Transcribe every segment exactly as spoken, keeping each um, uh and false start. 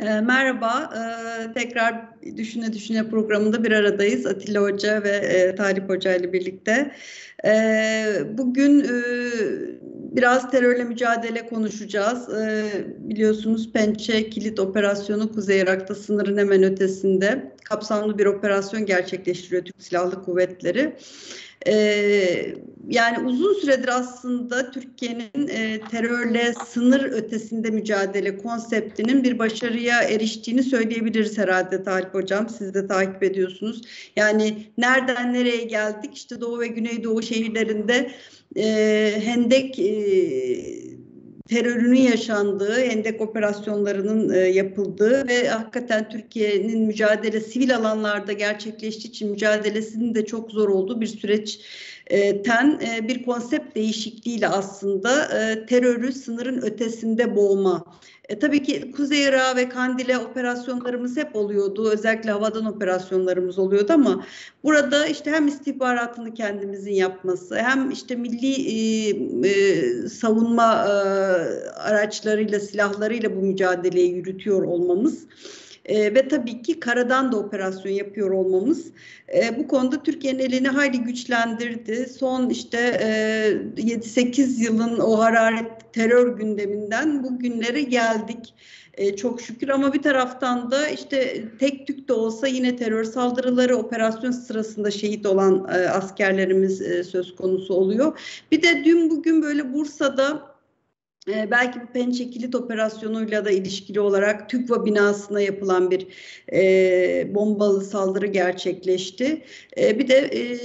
E, merhaba, e, tekrar Düşüne Düşüne programında bir aradayız. Atilla Hoca ve e, Talip Hoca ile birlikte. E, bugün e, biraz terörle mücadele konuşacağız. E, biliyorsunuz Pençe Kilit Operasyonu Kuzey Irak'ta sınırın hemen ötesinde kapsamlı bir operasyon gerçekleştiriyor Türk Silahlı Kuvvetleri. Ee, yani uzun süredir aslında Türkiye'nin e, terörle sınır ötesinde mücadele konseptinin bir başarıya eriştiğini söyleyebiliriz herhalde Talip Hocam. Siz de takip ediyorsunuz. Yani nereden nereye geldik? İşte Doğu ve Güneydoğu şehirlerinde e, Hendek e, terörünün yaşandığı, Hendek operasyonlarının e, yapıldığı ve hakikaten Türkiye'nin mücadele sivil alanlarda gerçekleştiği için mücadelesinin de çok zor olduğu bir süreçten e, bir konsept değişikliğiyle aslında e, terörü sınırın ötesinde boğma. E, tabii ki Kuzey Irak'a ve Kandil'e operasyonlarımız hep oluyordu. Özellikle havadan operasyonlarımız oluyordu ama burada işte hem istihbaratını kendimizin yapması hem işte milli e, e, savunma e, araçlarıyla, silahlarıyla bu mücadeleyi yürütüyor olmamız e, ve tabii ki karadan da operasyon yapıyor olmamız e, bu konuda Türkiye'nin elini hayli güçlendirdi. Son işte e, yedi sekiz yılın o hararet terör gündeminden bugünlere geldik. E, çok şükür ama bir taraftan da işte tek tük de olsa yine terör saldırıları operasyon sırasında şehit olan e, askerlerimiz e, söz konusu oluyor. Bir de dün bugün böyle Bursa'da Ee, belki bu Pençe Kilit operasyonuyla da ilişkili olarak TÜGVA binasına yapılan bir e, bombalı saldırı gerçekleşti. E, bir de e,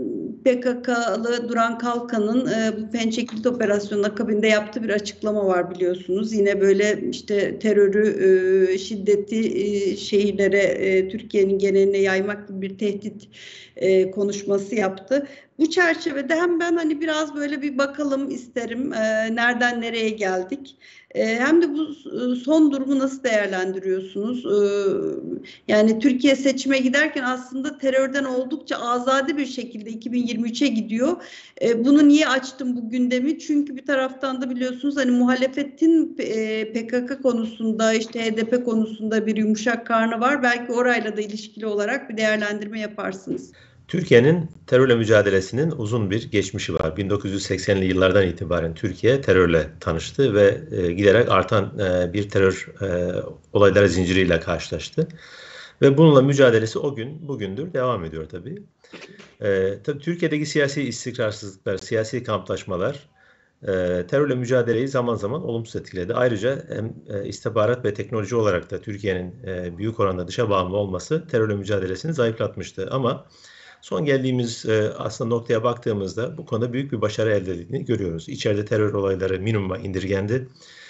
P K K'lı Duran Kalkan'ın e, bu Pençe Kilit operasyonunun akabinde yaptığı bir açıklama var biliyorsunuz. Yine böyle işte terörü, e, şiddeti e, şehirlere, e, Türkiye'nin geneline yaymak gibi bir tehdit e, konuşması yaptı. Bu çerçevede hem ben hani biraz böyle bir bakalım isterim e, nereden nereye geldik. E, hem de bu son durumu nasıl değerlendiriyorsunuz? E, yani Türkiye seçime giderken aslında terörden oldukça azade bir şekilde iki bin yirmi üçe gidiyor. E, bunu niye açtım bu gündemi? Çünkü bir taraftan da biliyorsunuz hani muhalefetin e, P K K konusunda işte H D P konusunda bir yumuşak karnı var. Belki orayla da ilişkili olarak bir değerlendirme yaparsınız. Türkiye'nin terörle mücadelesinin uzun bir geçmişi var. bin dokuz yüz seksenli yıllardan itibaren Türkiye terörle tanıştı ve e, giderek artan e, bir terör e, olayları zinciriyle karşılaştı. Ve bununla mücadelesi o gün bugündür devam ediyor tabii. E, tabii Türkiye'deki siyasi istikrarsızlıklar, siyasi kamplaşmalar e, terörle mücadeleyi zaman zaman olumsuz etkiledi. Ayrıca hem e, istihbarat ve teknoloji olarak da Türkiye'nin e, büyük oranda dışa bağımlı olması terörle mücadelesini zayıflatmıştı. Ama son geldiğimiz e, aslında noktaya baktığımızda bu konuda büyük bir başarı elde edildiğini görüyoruz. İçeride terör olayları minimuma indirgendi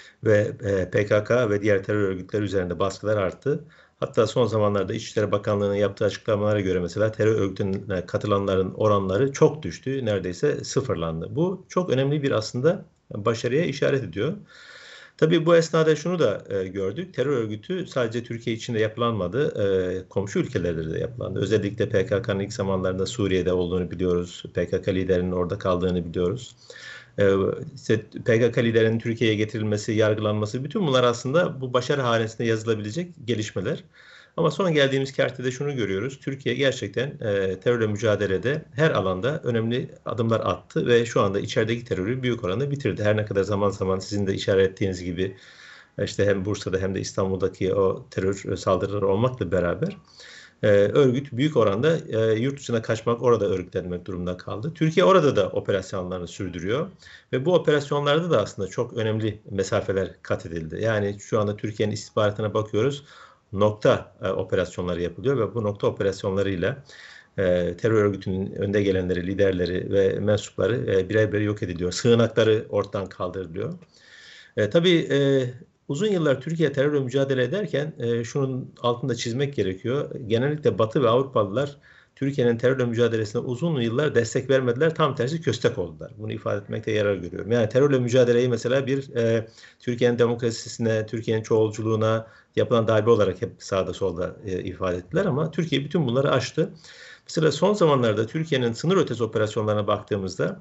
ve e, P K K ve diğer terör örgütleri üzerinde baskılar arttı. Hatta son zamanlarda İçişleri Bakanlığı'nın yaptığı açıklamalara göre mesela terör örgütüne katılanların oranları çok düştü, neredeyse sıfırlandı. Bu çok önemli bir aslında başarıya işaret ediyor. Tabii bu esnada şunu da e, gördük. Terör örgütü sadece Türkiye içinde yapılanmadı. E, komşu ülkelerde de yapılandı. Özellikle P K K'nın ilk zamanlarında Suriye'de olduğunu biliyoruz. P K K liderinin orada kaldığını biliyoruz. E, işte P K K liderinin Türkiye'ye getirilmesi, yargılanması, bütün bunlar aslında bu başarı hanesinde yazılabilecek gelişmeler. Ama son geldiğimiz kertede şunu görüyoruz. Türkiye gerçekten e, terörle mücadelede her alanda önemli adımlar attı ve şu anda içerideki terörü büyük oranda bitirdi. Her ne kadar zaman zaman sizin de işaret ettiğiniz gibi işte hem Bursa'da hem de İstanbul'daki o terör saldırıları olmakla beraber e, örgüt büyük oranda e, yurt dışına kaçmak, orada örgütlenmek durumunda kaldı. Türkiye orada da operasyonlarını sürdürüyor ve bu operasyonlarda da aslında çok önemli mesafeler kat edildi. Yani şu anda Türkiye'nin istihbaratına bakıyoruz. Nokta e, operasyonları yapılıyor ve bu nokta operasyonlarıyla e, terör örgütünün önde gelenleri, liderleri ve mensupları e, birer birer yok ediliyor. Sığınakları ortadan kaldırılıyor. E, tabii e, uzun yıllar Türkiye terörle mücadele ederken e, şunun altında çizmek gerekiyor. Genellikle Batı ve Avrupalılar Türkiye'nin terörle mücadelesine uzun yıllar destek vermediler. Tam tersi köstek oldular. Bunu ifade etmekte yarar görüyorum. Yani terörle mücadeleyi mesela bir e, Türkiye'nin demokrasisine, Türkiye'nin çoğulculuğuna yapılan darbe olarak hep sağda solda e, ifade ettiler ama Türkiye bütün bunları aştı. Mesela son zamanlarda Türkiye'nin sınır ötesi operasyonlarına baktığımızda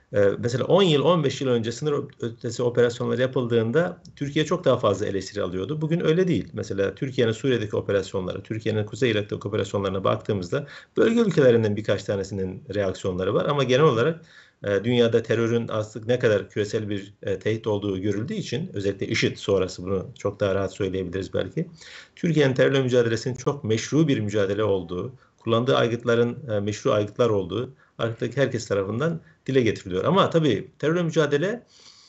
Ee, mesela on yıl, on beş yıl önce sınır ötesi operasyonları yapıldığında Türkiye çok daha fazla eleştiri alıyordu. Bugün öyle değil. Mesela Türkiye'nin Suriye'deki operasyonları, Türkiye'nin Kuzey Irak'taki operasyonlarına baktığımızda bölge ülkelerinden birkaç tanesinin reaksiyonları var. Ama genel olarak e, dünyada terörün aslında ne kadar küresel bir e, tehdit olduğu görüldüğü için, özellikle IŞİD sonrası bunu çok daha rahat söyleyebiliriz belki. Türkiye'nin terörle mücadelesinin çok meşru bir mücadele olduğu, kullandığı aygıtların e, meşru aygıtlar olduğu artık herkes tarafından dile getiriliyor. Ama tabii terörle mücadele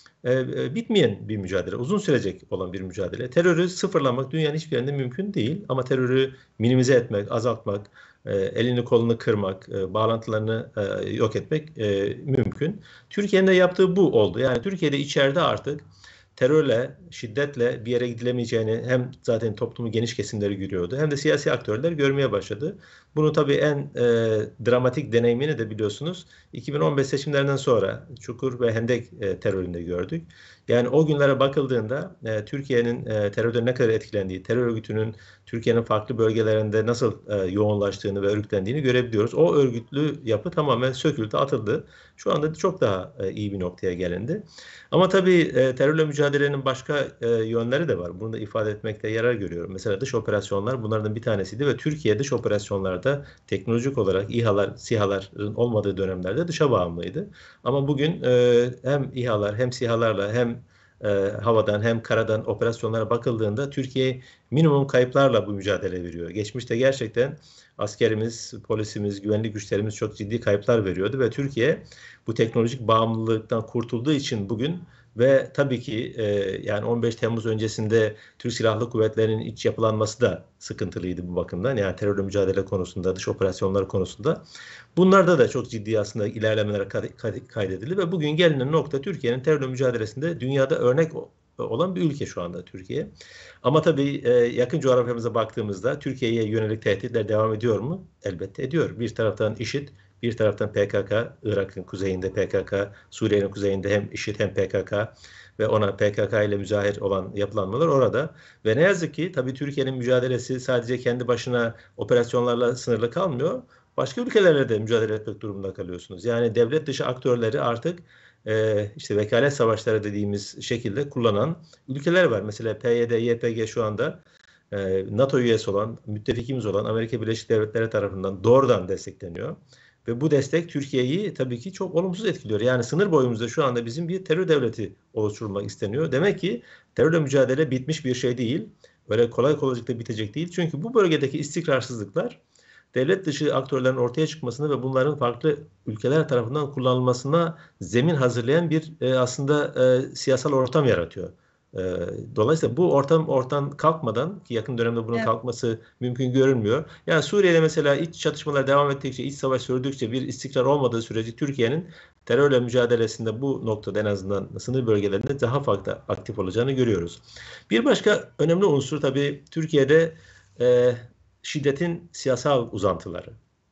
e, bitmeyen bir mücadele, uzun sürecek olan bir mücadele. Terörü sıfırlamak dünyanın hiçbir yerinde mümkün değil. Ama terörü minimize etmek, azaltmak, e, elini kolunu kırmak, e, bağlantılarını e, yok etmek e, mümkün. Türkiye'nin de yaptığı bu oldu. Yani Türkiye'de içeride artık terörle, şiddetle bir yere gidilemeyeceğini hem zaten toplumu geniş kesimleri görüyordu hem de siyasi aktörler görmeye başladı. Bunu tabii en e, dramatik deneyimini de biliyorsunuz iki bin on beş seçimlerinden sonra Çukur ve Hendek e, teröründe gördük. Yani o günlere bakıldığında e, Türkiye'nin e, terörden ne kadar etkilendiği, terör örgütünün Türkiye'nin farklı bölgelerinde nasıl e, yoğunlaştığını ve örgütlendiğini görebiliyoruz. O örgütlü yapı tamamen söküldü, atıldı. Şu anda çok daha e, iyi bir noktaya gelindi. Ama tabii e, terörle mücadelenin başka e, yönleri de var. Bunu da ifade etmekte yarar görüyorum. Mesela dış operasyonlar bunlardan bir tanesiydi ve Türkiye dış operasyonlarda teknolojik olarak İHA'lar, SİHA'ların olmadığı dönemlerde dışa bağımlıydı. Ama bugün e, hem İHA'lar hem SİHA'larla hem e, havadan hem karadan operasyonlara bakıldığında Türkiye minimum kayıplarla bu mücadele veriyor. Geçmişte gerçekten askerimiz, polisimiz, güvenlik güçlerimiz çok ciddi kayıplar veriyordu ve Türkiye bu teknolojik bağımlılıktan kurtulduğu için bugün ve tabii ki e, yani on beş Temmuz öncesinde Türk Silahlı Kuvvetleri'nin iç yapılanması da sıkıntılıydı bu bakımdan. Yani terörle mücadele konusunda, dış operasyonlar konusunda. Bunlarda da çok ciddi aslında ilerlemeler kaydedildi ve bugün gelinen nokta Türkiye'nin terörle mücadelesinde dünyada örnek olan bir ülke şu anda Türkiye. Ama tabii e, yakın coğrafyamıza baktığımızda Türkiye'ye yönelik tehditler devam ediyor mu? Elbette ediyor. Bir taraftan IŞİD, bir taraftan P K K, Irak'ın kuzeyinde P K K, Suriye'nin kuzeyinde hem IŞİD hem P K K ve ona P K K ile müzahir olan yapılanmalar orada. Ve ne yazık ki tabii Türkiye'nin mücadelesi sadece kendi başına operasyonlarla sınırlı kalmıyor. Başka ülkelerle de mücadele etmek durumunda kalıyorsunuz. Yani devlet dışı aktörleri artık e, işte vekalet savaşları dediğimiz şekilde kullanan ülkeler var. Mesela P Y D, Y P G şu anda e, NATO üyesi olan, müttefikimiz olan Amerika Birleşik Devletleri tarafından doğrudan destekleniyor. Ve bu destek Türkiye'yi tabii ki çok olumsuz etkiliyor. Yani sınır boyumuzda şu anda bizim bir terör devleti oluşturulmak isteniyor. Demek ki terörle mücadele bitmiş bir şey değil. Böyle kolay kolaylıkla bitecek değil. Çünkü bu bölgedeki istikrarsızlıklar devlet dışı aktörlerin ortaya çıkmasını ve bunların farklı ülkeler tarafından kullanılmasına zemin hazırlayan bir e, aslında e, siyasal ortam yaratıyor. E, dolayısıyla bu ortam ortadan kalkmadan ki yakın dönemde bunun Evet. kalkması mümkün görünmüyor. Yani Suriye'de mesela iç çatışmalar devam ettikçe, iç savaş sürdükçe bir istikrar olmadığı sürece Türkiye'nin terörle mücadelesinde bu noktada en azından sınır bölgelerinde daha farklı aktif olacağını görüyoruz. Bir başka önemli unsur tabii Türkiye'de e, şiddetin siyasal uzantıları.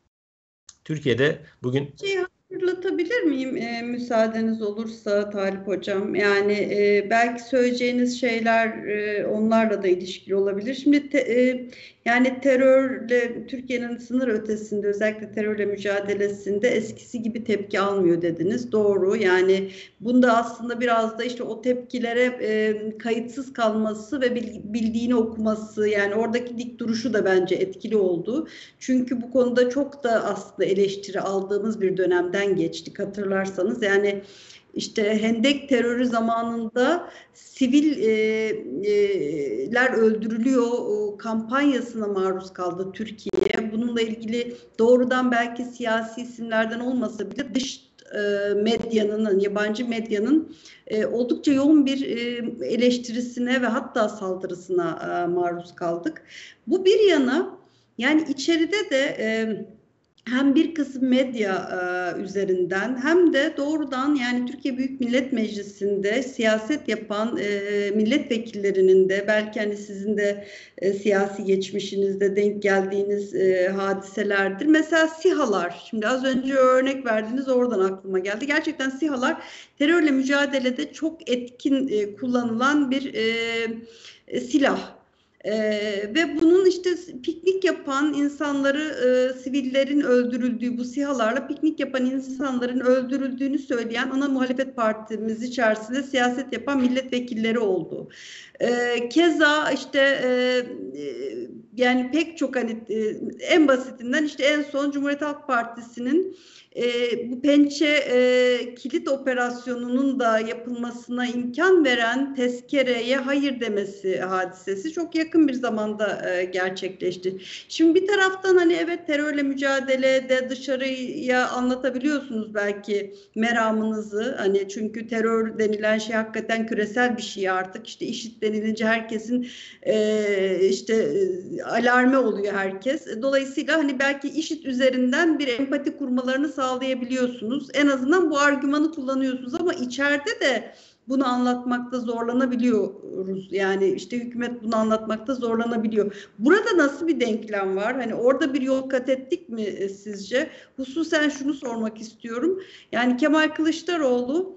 Türkiye'de bugün Şeyi hatırlatabilir miyim e, müsaadeniz olursa Talip Hocam? Yani e, belki söyleyeceğiniz şeyler e, onlarla da ilişkili olabilir. Şimdi te, e, yani terörle Türkiye'nin sınır ötesinde özellikle terörle mücadelesinde eskisi gibi tepki almıyor dediniz. Doğru. Yani bunda aslında biraz da işte o tepkilere e, kayıtsız kalması ve bildiğini okuması yani oradaki dik duruşu da bence etkili oldu. Çünkü bu konuda çok da aslında eleştiri aldığımız bir dönemden geçtik hatırlarsanız. Yani işte Hendek terörü zamanında siviller öldürülüyor o kampanyasına maruz kaldı Türkiye. Bununla ilgili doğrudan belki siyasi isimlerden olmasa bile dış medyanın, yabancı medyanın oldukça yoğun bir eleştirisine ve hatta saldırısına maruz kaldık. Bu bir yana yani içeride de hem bir kısım medya e, üzerinden hem de doğrudan yani Türkiye Büyük Millet Meclisi'nde siyaset yapan e, milletvekillerinin de belki hani sizin de e, siyasi geçmişinizde denk geldiğiniz e, hadiselerdir. Mesela SİHA'lar, şimdi az önce örnek verdiniz oradan aklıma geldi. Gerçekten SİHA'lar terörle mücadelede çok etkin e, kullanılan bir e, e, silah. Ee, ve bunun işte piknik yapan insanları, e, sivillerin öldürüldüğü, bu SİHA'larla piknik yapan insanların öldürüldüğünü söyleyen ana muhalefet partimiz içerisinde siyaset yapan milletvekilleri oldu. Ee, keza işte e, e, yani pek çok hani e, en basitinden işte en son Cumhuriyet Halk Partisi'nin e, bu Pençe e, kilit operasyonunun da yapılmasına imkan veren tezkereye hayır demesi hadisesi çok yakın bir zamanda e, gerçekleşti. Şimdi bir taraftan hani evet, terörle mücadelede dışarıya anlatabiliyorsunuz belki meramınızı, hani çünkü terör denilen şey hakikaten küresel bir şey artık. İşte IŞİD denilince herkesin e, işte e, alarme oluyor herkes. Dolayısıyla hani belki IŞİD üzerinden bir empati kurmalarını sağlayabiliyorsunuz. En azından bu argümanı kullanıyorsunuz ama içeride de bunu anlatmakta zorlanabiliyoruz. Yani işte hükümet bunu anlatmakta zorlanabiliyor. Burada nasıl bir denklem var? Hani orada bir yol kat ettik mi e, sizce? Hususen şunu sormak istiyorum. Yani Kemal Kılıçdaroğlu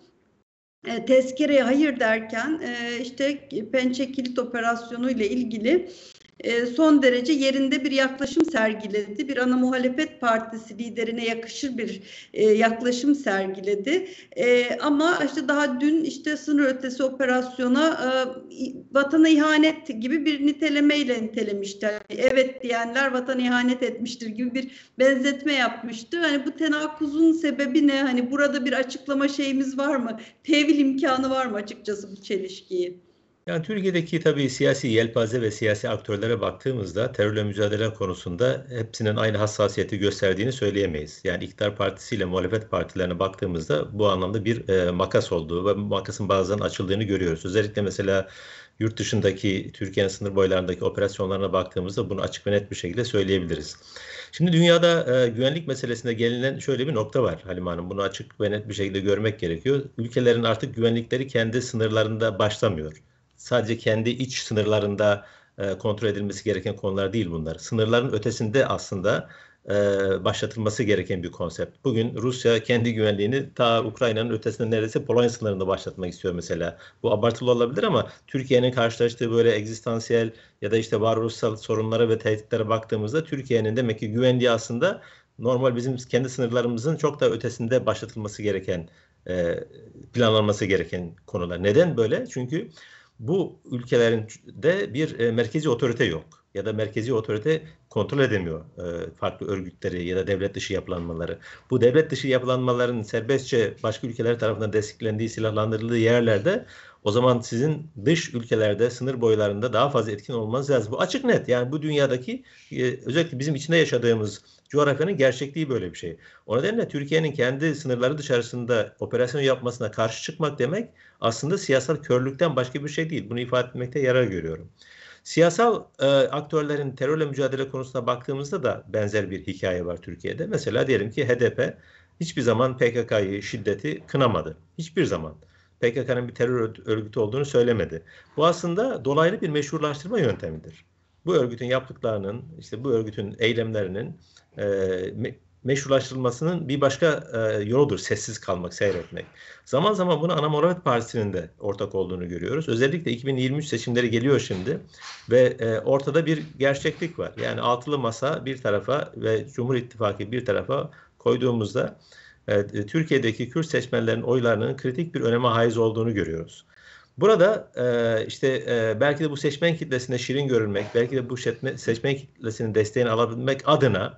e, tezkereye hayır derken e, işte Pençe Kilit Operasyonu ile ilgili e, son derece yerinde bir yaklaşım sergiledi. Bir ana muhalefet partisi liderine yakışır bir e, yaklaşım sergiledi. E, ama işte daha dün işte sınır ötesi operasyona e, vatana ihanet gibi bir nitelemeyle nitelemişti. Yani evet diyenler vatana ihanet etmiştir gibi bir benzetme yapmıştı. Hani bu tenakuzun sebebi ne? Hani burada bir açıklama şeyimiz var mı? Tevil imkanı var mı açıkçası bu çelişkiyi? Yani Türkiye'deki tabii siyasi yelpaze ve siyasi aktörlere baktığımızda terörle mücadele konusunda hepsinin aynı hassasiyeti gösterdiğini söyleyemeyiz. Yani iktidar partisiyle muhalefet partilerine baktığımızda bu anlamda bir e, makas olduğu ve bu makasın bazen açıldığını görüyoruz. Özellikle mesela yurt dışındaki Türkiye'nin sınır boylarındaki operasyonlarına baktığımızda bunu açık ve net bir şekilde söyleyebiliriz. Şimdi dünyada e, güvenlik meselesinde gelinen şöyle bir nokta var Halime Hanım. Bunu açık ve net bir şekilde görmek gerekiyor. Ülkelerin artık güvenlikleri kendi sınırlarında başlamıyor. Sadece kendi iç sınırlarında e, kontrol edilmesi gereken konular değil bunlar. Sınırların ötesinde aslında e, başlatılması gereken bir konsept. Bugün Rusya kendi güvenliğini ta Ukrayna'nın ötesinde neredeyse Polonya sınırında başlatmak istiyor mesela. Bu abartılı olabilir ama Türkiye'nin karşılaştığı böyle egzistansiyel ya da işte varoluşsal sorunlara ve tehditlere baktığımızda Türkiye'nin demek ki güvenliği aslında normal bizim kendi sınırlarımızın çok da ötesinde başlatılması gereken, e, planlanması gereken konular. Neden böyle? Çünkü bu ülkelerin de bir e, merkezi otorite yok ya da merkezi otorite kontrol edemiyor e, farklı örgütleri ya da devlet dışı yapılanmaları. Bu devlet dışı yapılanmaların serbestçe başka ülkeler tarafından desteklendiği, silahlandırıldığı yerlerde o zaman sizin dış ülkelerde, sınır boylarında daha fazla etkin olmanız lazım. Bu açık net. Yani bu dünyadaki e, özellikle bizim içinde yaşadığımız coğrafyanın gerçekliği böyle bir şey. O nedenle Türkiye'nin kendi sınırları dışarısında operasyon yapmasına karşı çıkmak demek aslında siyasal körlükten başka bir şey değil. Bunu ifade etmekte yarar görüyorum. Siyasal e, aktörlerin terörle mücadele konusuna baktığımızda da benzer bir hikaye var Türkiye'de. Mesela diyelim ki H D P hiçbir zaman P K K'yı, şiddeti kınamadı. Hiçbir zaman. P K K'nın bir terör örgütü olduğunu söylemedi. Bu aslında dolaylı bir meşrulaştırma yöntemidir. Bu örgütün yaptıklarının, işte bu örgütün eylemlerinin e, me meşrulaştırılmasının bir başka e, yoludur. Sessiz kalmak, seyretmek. Zaman zaman bunu Ana Muhalefet Partisi'nin de ortak olduğunu görüyoruz. Özellikle iki bin yirmi üç seçimleri geliyor şimdi ve e, ortada bir gerçeklik var. Yani altılı masa bir tarafa ve Cumhur İttifakı bir tarafa koyduğumuzda e, Türkiye'deki Kürt seçmenlerin oylarının kritik bir öneme haiz olduğunu görüyoruz. Burada e, işte e, belki de bu seçmen kitlesine şirin görülmek, belki de bu seçmen kitlesinin desteğini alabilmek adına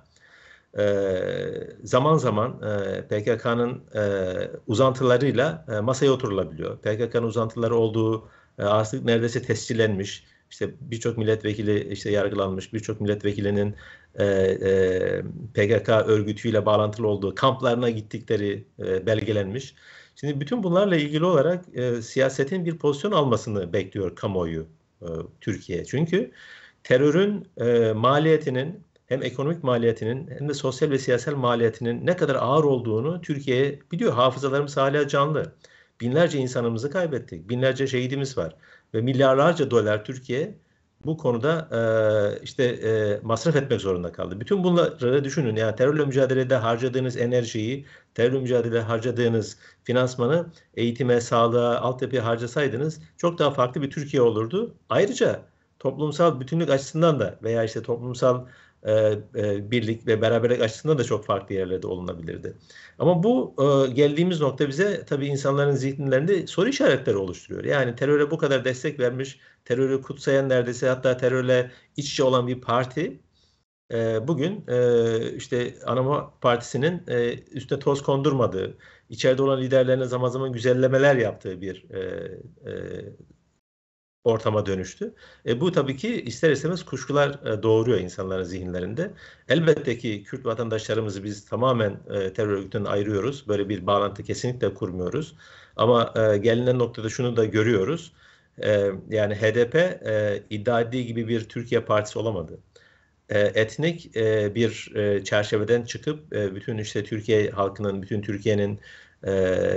e, zaman zaman e, P K K'nın e, uzantılarıyla e, masaya oturulabiliyor. P K K'nın uzantıları olduğu e, artık neredeyse tescillenmiş. İşte birçok milletvekili işte yargılanmış, birçok milletvekilinin e, e, P K K örgütüyle bağlantılı olduğu kamplarına gittikleri e, belgelenmiş. Şimdi bütün bunlarla ilgili olarak e, siyasetin bir pozisyon almasını bekliyor kamuoyu e, Türkiye. Çünkü terörün e, maliyetinin hem ekonomik maliyetinin hem de sosyal ve siyasal maliyetinin ne kadar ağır olduğunu Türkiye biliyor. Hafızalarımız hala canlı. Binlerce insanımızı kaybettik. Binlerce şehidimiz var. Ve milyarlarca dolar Türkiye bu konuda e, işte e, masraf etmek zorunda kaldı. Bütün bunları düşünün. Yani terörle mücadelede harcadığınız enerjiyi, terörle mücadelede harcadığınız finansmanı eğitime, sağlığa, altyapıya harcasaydınız çok daha farklı bir Türkiye olurdu. Ayrıca toplumsal bütünlük açısından da veya işte toplumsal e, e, birlik ve beraberlik açısından da çok farklı yerlerde olunabilirdi. Ama bu e, geldiğimiz nokta bize tabii insanların zihinlerinde soru işaretleri oluşturuyor. Yani teröre bu kadar destek vermiş, terörü kutsayan neredeyse hatta terörle iç içe olan bir parti e, bugün e, işte Anama Partisi'nin e, üstüne toz kondurmadığı, içeride olan liderlerine zaman zaman güzellemeler yaptığı bir e, e, ortama dönüştü. E, bu tabii ki ister istemez kuşkular e, doğuruyor insanların zihinlerinde. Elbette ki Kürt vatandaşlarımızı biz tamamen e, terör örgütünden ayırıyoruz. Böyle bir bağlantı kesinlikle kurmuyoruz. Ama e, gelinen noktada şunu da görüyoruz. E, yani H D P e, iddia ettiği gibi bir Türkiye partisi olamadı. E, etnik e, bir e, çerçeveden çıkıp e, bütün işte Türkiye halkının, bütün Türkiye'nin e,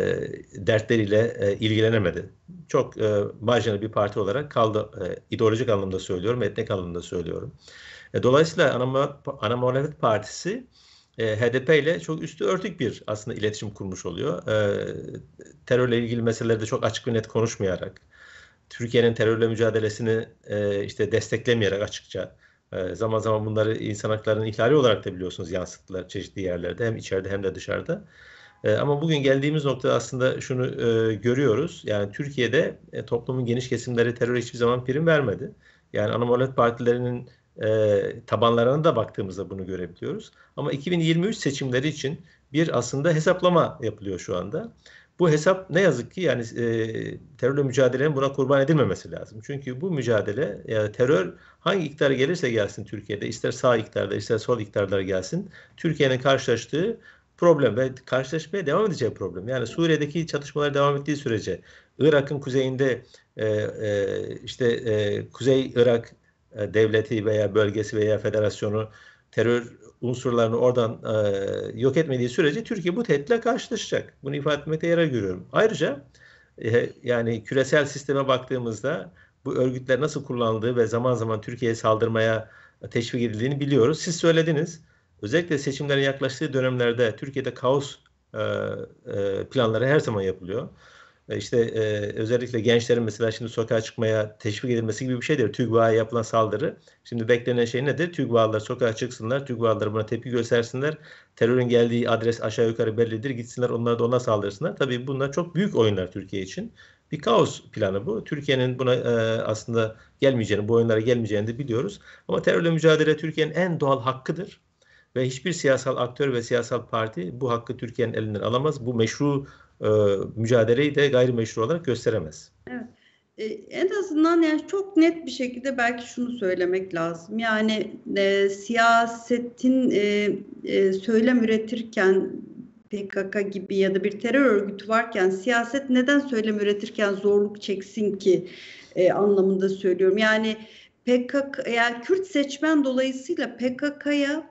dertleriyle e, ilgilenemedi. Çok e, marjinal bir parti olarak kaldı. E, ideolojik anlamda söylüyorum, etnik anlamda söylüyorum. E, dolayısıyla Ana, Ana Muhalefet Partisi e, H D P ile çok üstü örtük bir aslında iletişim kurmuş oluyor. E, terörle ilgili meselelerde çok açık ve net konuşmayarak, Türkiye'nin terörle mücadelesini e, işte desteklemeyerek açıkça, e, zaman zaman bunları insan haklarının ihlali olarak da biliyorsunuz yansıttılar çeşitli yerlerde, hem içeride hem de dışarıda. E, ama bugün geldiğimiz noktada aslında şunu e, görüyoruz. Yani Türkiye'de e, toplumun geniş kesimleri teröre hiçbir zaman prim vermedi. Yani ana muhalefet partilerinin e, tabanlarına da baktığımızda bunu görebiliyoruz. Ama iki bin yirmi üç seçimleri için bir aslında hesaplama yapılıyor şu anda. Bu hesap ne yazık ki yani e, terörle mücadelenin buna kurban edilmemesi lazım. Çünkü bu mücadele yani terör hangi iktidar gelirse gelsin Türkiye'de, ister sağ iktidarda ister sol iktidarlar gelsin, Türkiye'nin karşılaştığı problem ve karşılaşmaya devam edeceği problem. Yani Suriye'deki çatışmalar devam ettiği sürece, Irak'ın kuzeyinde e, e, işte e, Kuzey Irak e, devleti veya bölgesi veya federasyonu terör unsurlarını oradan e, yok etmediği sürece Türkiye bu tehditle karşılaşacak. Bunu ifade etmekte yarar görüyorum. Ayrıca e, yani küresel sisteme baktığımızda bu örgütler nasıl kullanıldığı ve zaman zaman Türkiye'ye saldırmaya teşvik edildiğini biliyoruz. Siz söylediniz. Özellikle seçimlerin yaklaştığı dönemlerde Türkiye'de kaos e, e, planları her zaman yapılıyor. İşte e, özellikle gençlerin mesela şimdi sokağa çıkmaya teşvik edilmesi gibi bir şeydir. TÜGVA'ya yapılan saldırı. Şimdi beklenen şey nedir? TÜGVA'lılar sokağa çıksınlar, TÜGVA'lılar buna tepki göstersinler. Terörün geldiği adres aşağı yukarı bellidir. Gitsinler onlar da ona saldırsınlar. Tabii bunlar çok büyük oyunlar Türkiye için. Bir kaos planı bu. Türkiye'nin buna e, aslında gelmeyeceğini, bu oyunlara gelmeyeceğini de biliyoruz. Ama terörle mücadele Türkiye'nin en doğal hakkıdır. Ve hiçbir siyasal aktör ve siyasal parti bu hakkı Türkiye'nin elinden alamaz. Bu meşru e, mücadeleyi de gayrimeşru olarak gösteremez. Evet. Ee, en azından yani çok net bir şekilde belki şunu söylemek lazım. Yani e, siyasetin e, e, söylem üretirken P K K gibi ya da bir terör örgütü varken siyaset neden söylem üretirken zorluk çeksin ki e, anlamında söylüyorum. Yani P K K, yani Kürt seçmen dolayısıyla P K K'ya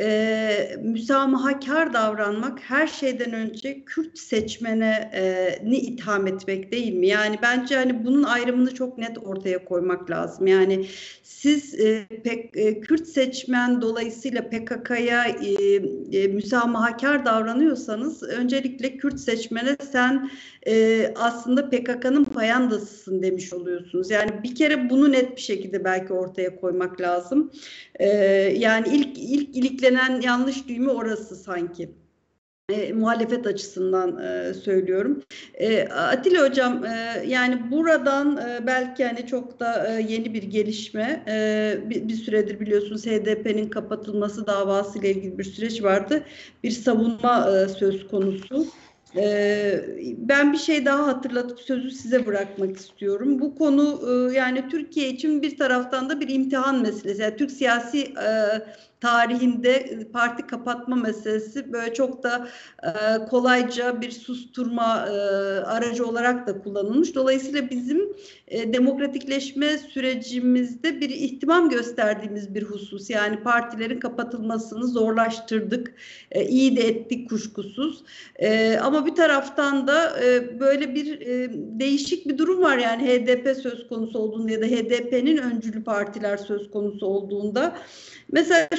e, müsamahakar davranmak her şeyden önce Kürt seçmene e, ni itham etmek değil mi? Yani bence hani bunun ayrımını çok net ortaya koymak lazım. Yani siz e, pek, e, Kürt seçmen dolayısıyla P K K'ya e, e, müsamahakar davranıyorsanız öncelikle Kürt seçmene sen e, aslında P K K'nın payandasısın demiş oluyorsunuz. Yani bir kere bunu net bir şekilde belki ortaya koymak lazım. E, yani ilk ilk iliklenen yanlış düğümü orası sanki. E, muhalefet açısından e, söylüyorum. E, Atilla Hocam, e, yani buradan e, belki hani çok da e, yeni bir gelişme. E, bir, bir süredir biliyorsunuz H D P'nin kapatılması davası ile ilgili bir süreç vardı. Bir savunma e, söz konusu. Ee, ben bir şey daha hatırlatıp sözü size bırakmak istiyorum. Bu konu e, yani Türkiye için bir taraftan da bir imtihan meselesi. Yani Türk siyasi e, tarihinde parti kapatma meselesi böyle çok da e, kolayca bir susturma e, aracı olarak da kullanılmış. Dolayısıyla bizim e, demokratikleşme sürecimizde bir ihtimam gösterdiğimiz bir husus. Yani partilerin kapatılmasını zorlaştırdık. E, iyi de ettik kuşkusuz. E, ama bir taraftan da e, böyle bir e, değişik bir durum var. Yani H D P söz konusu olduğunda ya da H D P'nin öncülü partiler söz konusu olduğunda. Mesela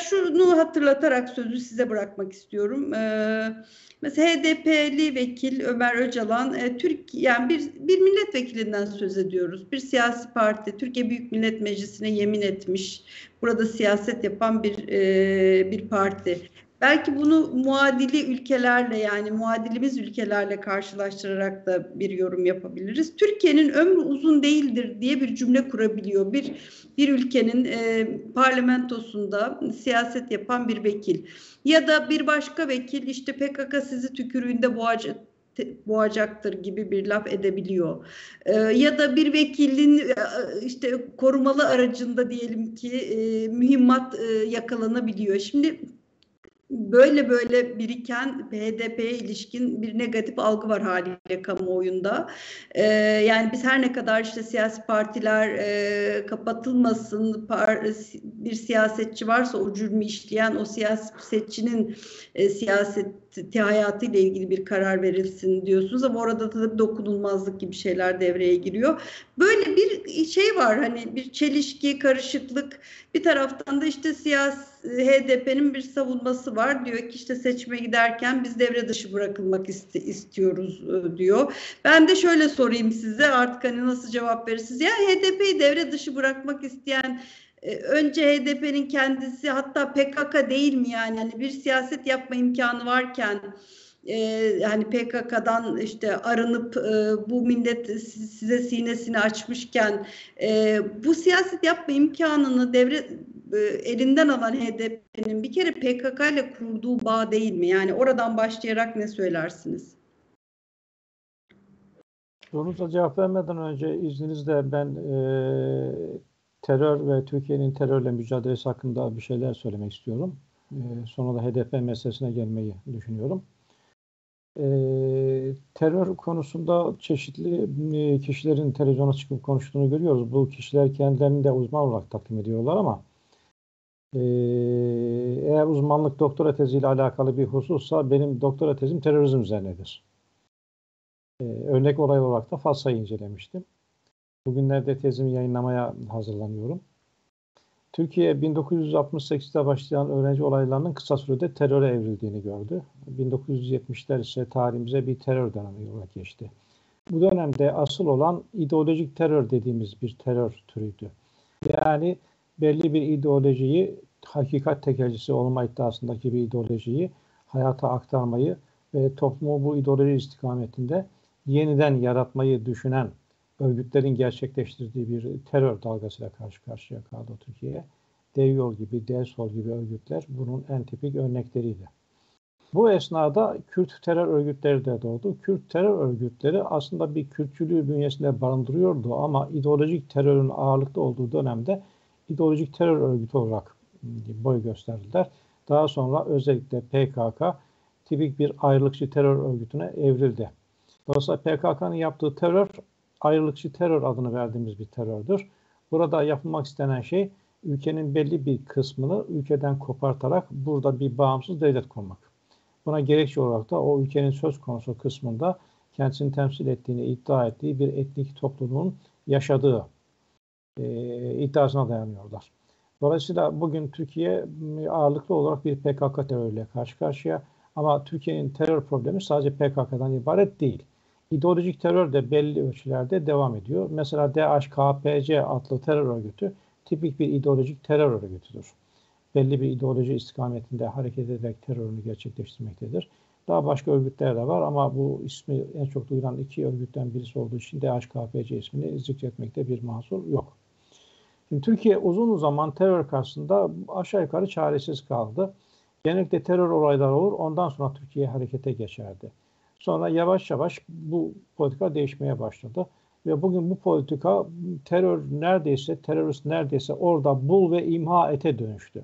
şunu hatırlatarak sözü size bırakmak istiyorum. Ee, mesela H D P'li vekil Ömer Öcalan, e, Türk yani bir bir milletvekilinden söz ediyoruz. Bir siyasi parti, Türkiye Büyük Millet Meclisi'ne yemin etmiş. Burada siyaset yapan bir e, bir parti. Belki bunu muadili ülkelerle yani muadilimiz ülkelerle karşılaştırarak da bir yorum yapabiliriz. Türkiye'nin ömrü uzun değildir diye bir cümle kurabiliyor. Bir bir ülkenin e, parlamentosunda siyaset yapan bir vekil ya da bir başka vekil işte P K K sizi tükürüğünde boğacak boğacaktır gibi bir laf edebiliyor. Ee, ya da bir vekilin işte korumalı aracında diyelim ki e, mühimmat e, yakalanabiliyor. Şimdi böyle böyle biriken H D P'ye ilişkin bir negatif algı var haliyle kamuoyunda. Ee, yani biz her ne kadar işte siyasi partiler e, kapatılmasın, par, bir siyasetçi varsa o cürmü işleyen o siyasetçinin e, siyaseti hayatıyla ilgili bir karar verilsin diyorsunuz ama orada da dokunulmazlık gibi şeyler devreye giriyor. Böyle bir şey var hani bir çelişki, karışıklık. Bir taraftan da işte siyasi H D P'nin bir savunması var. Diyor ki işte seçime giderken biz devre dışı bırakılmak iste, istiyoruz diyor. Ben de şöyle sorayım size artık hani nasıl cevap verirsiniz? Ya H D P'yi devre dışı bırakmak isteyen önce H D P'nin kendisi hatta P K K değil mi yani? Hani bir siyaset yapma imkanı varken Ee, hani P K K'dan işte arınıp e, bu millet size sinesini açmışken e, bu siyaset yapma imkanını devre e, elinden alan H D P'nin bir kere P K K ile kurduğu bağ değil mi? Yani oradan başlayarak ne söylersiniz? Sorunuza cevap vermeden önce izninizle ben e, terör ve Türkiye'nin terörle mücadelesi hakkında bir şeyler söylemek istiyorum. E, sonra da H D P meselesine gelmeyi düşünüyorum. E, terör konusunda çeşitli e, kişilerin televizyona çıkıp konuştuğunu görüyoruz. Bu kişiler kendilerini de uzman olarak takdim ediyorlar ama e, eğer uzmanlık doktora teziyle alakalı bir husussa benim doktora tezim terörizm üzerinedir. E, örnek olay olarak da Fas'ı incelemiştim. Bugünlerde tezimi yayınlamaya hazırlanıyorum. Türkiye bin dokuz yüz altmış sekizde başlayan öğrenci olaylarının kısa sürede teröre evrildiğini gördü. bin dokuz yüz yetmişler ise tarihimize bir terör dönemi olarak geçti. Bu dönemde asıl olan ideolojik terör dediğimiz bir terör türüydü. Yani belli bir ideolojiyi, hakikat tekelcisi olma iddiasındaki bir ideolojiyi hayata aktarmayı ve toplumu bu ideoloji istikametinde yeniden yaratmayı düşünen örgütlerin gerçekleştirdiği bir terör dalgasıyla karşı karşıya kaldı Türkiye. Dev Yol gibi, Dev Sol gibi örgütler bunun en tipik örnekleriydi. Bu esnada Kürt terör örgütleri de doğdu. Kürt terör örgütleri aslında bir Kürtçülüğü bünyesinde barındırıyordu ama ideolojik terörün ağırlıklı olduğu dönemde ideolojik terör örgütü olarak boy gösterdiler. Daha sonra özellikle P K K tipik bir ayrılıkçı terör örgütüne evrildi. Dolayısıyla P K K'nın yaptığı terör ayrılıkçı terör adını verdiğimiz bir terördür. Burada yapılmak istenen şey ülkenin belli bir kısmını ülkeden kopartarak burada bir bağımsız devlet kurmak. Buna gerekçe olarak da o ülkenin söz konusu kısmında kendisini temsil ettiğini iddia ettiği bir etnik topluluğun yaşadığı e, iddiasına dayanıyorlar. Dolayısıyla bugün Türkiye ağırlıklı olarak bir P K K terörüyle karşı karşıya ama Türkiye'nin terör problemi sadece P K K'dan ibaret değil. İdeolojik terör de belli ölçülerde devam ediyor. Mesela D H K P C adlı terör örgütü tipik bir ideolojik terör örgütüdür. Belli bir ideoloji istikametinde hareket ederek terörünü gerçekleştirmektedir. Daha başka örgütler de var ama bu ismi en çok duyulan iki örgütten birisi olduğu için D H K P C ismini zikretmekte bir mahsur yok. Şimdi Türkiye uzun zaman terör karşısında aşağı yukarı çaresiz kaldı. Genellikle terör olayları olur, ondan sonra Türkiye harekete geçerdi. Sonra yavaş yavaş bu politika değişmeye başladı. Ve bugün bu politika terör neredeyse, terörist neredeyse orada bul ve imha ete dönüştü.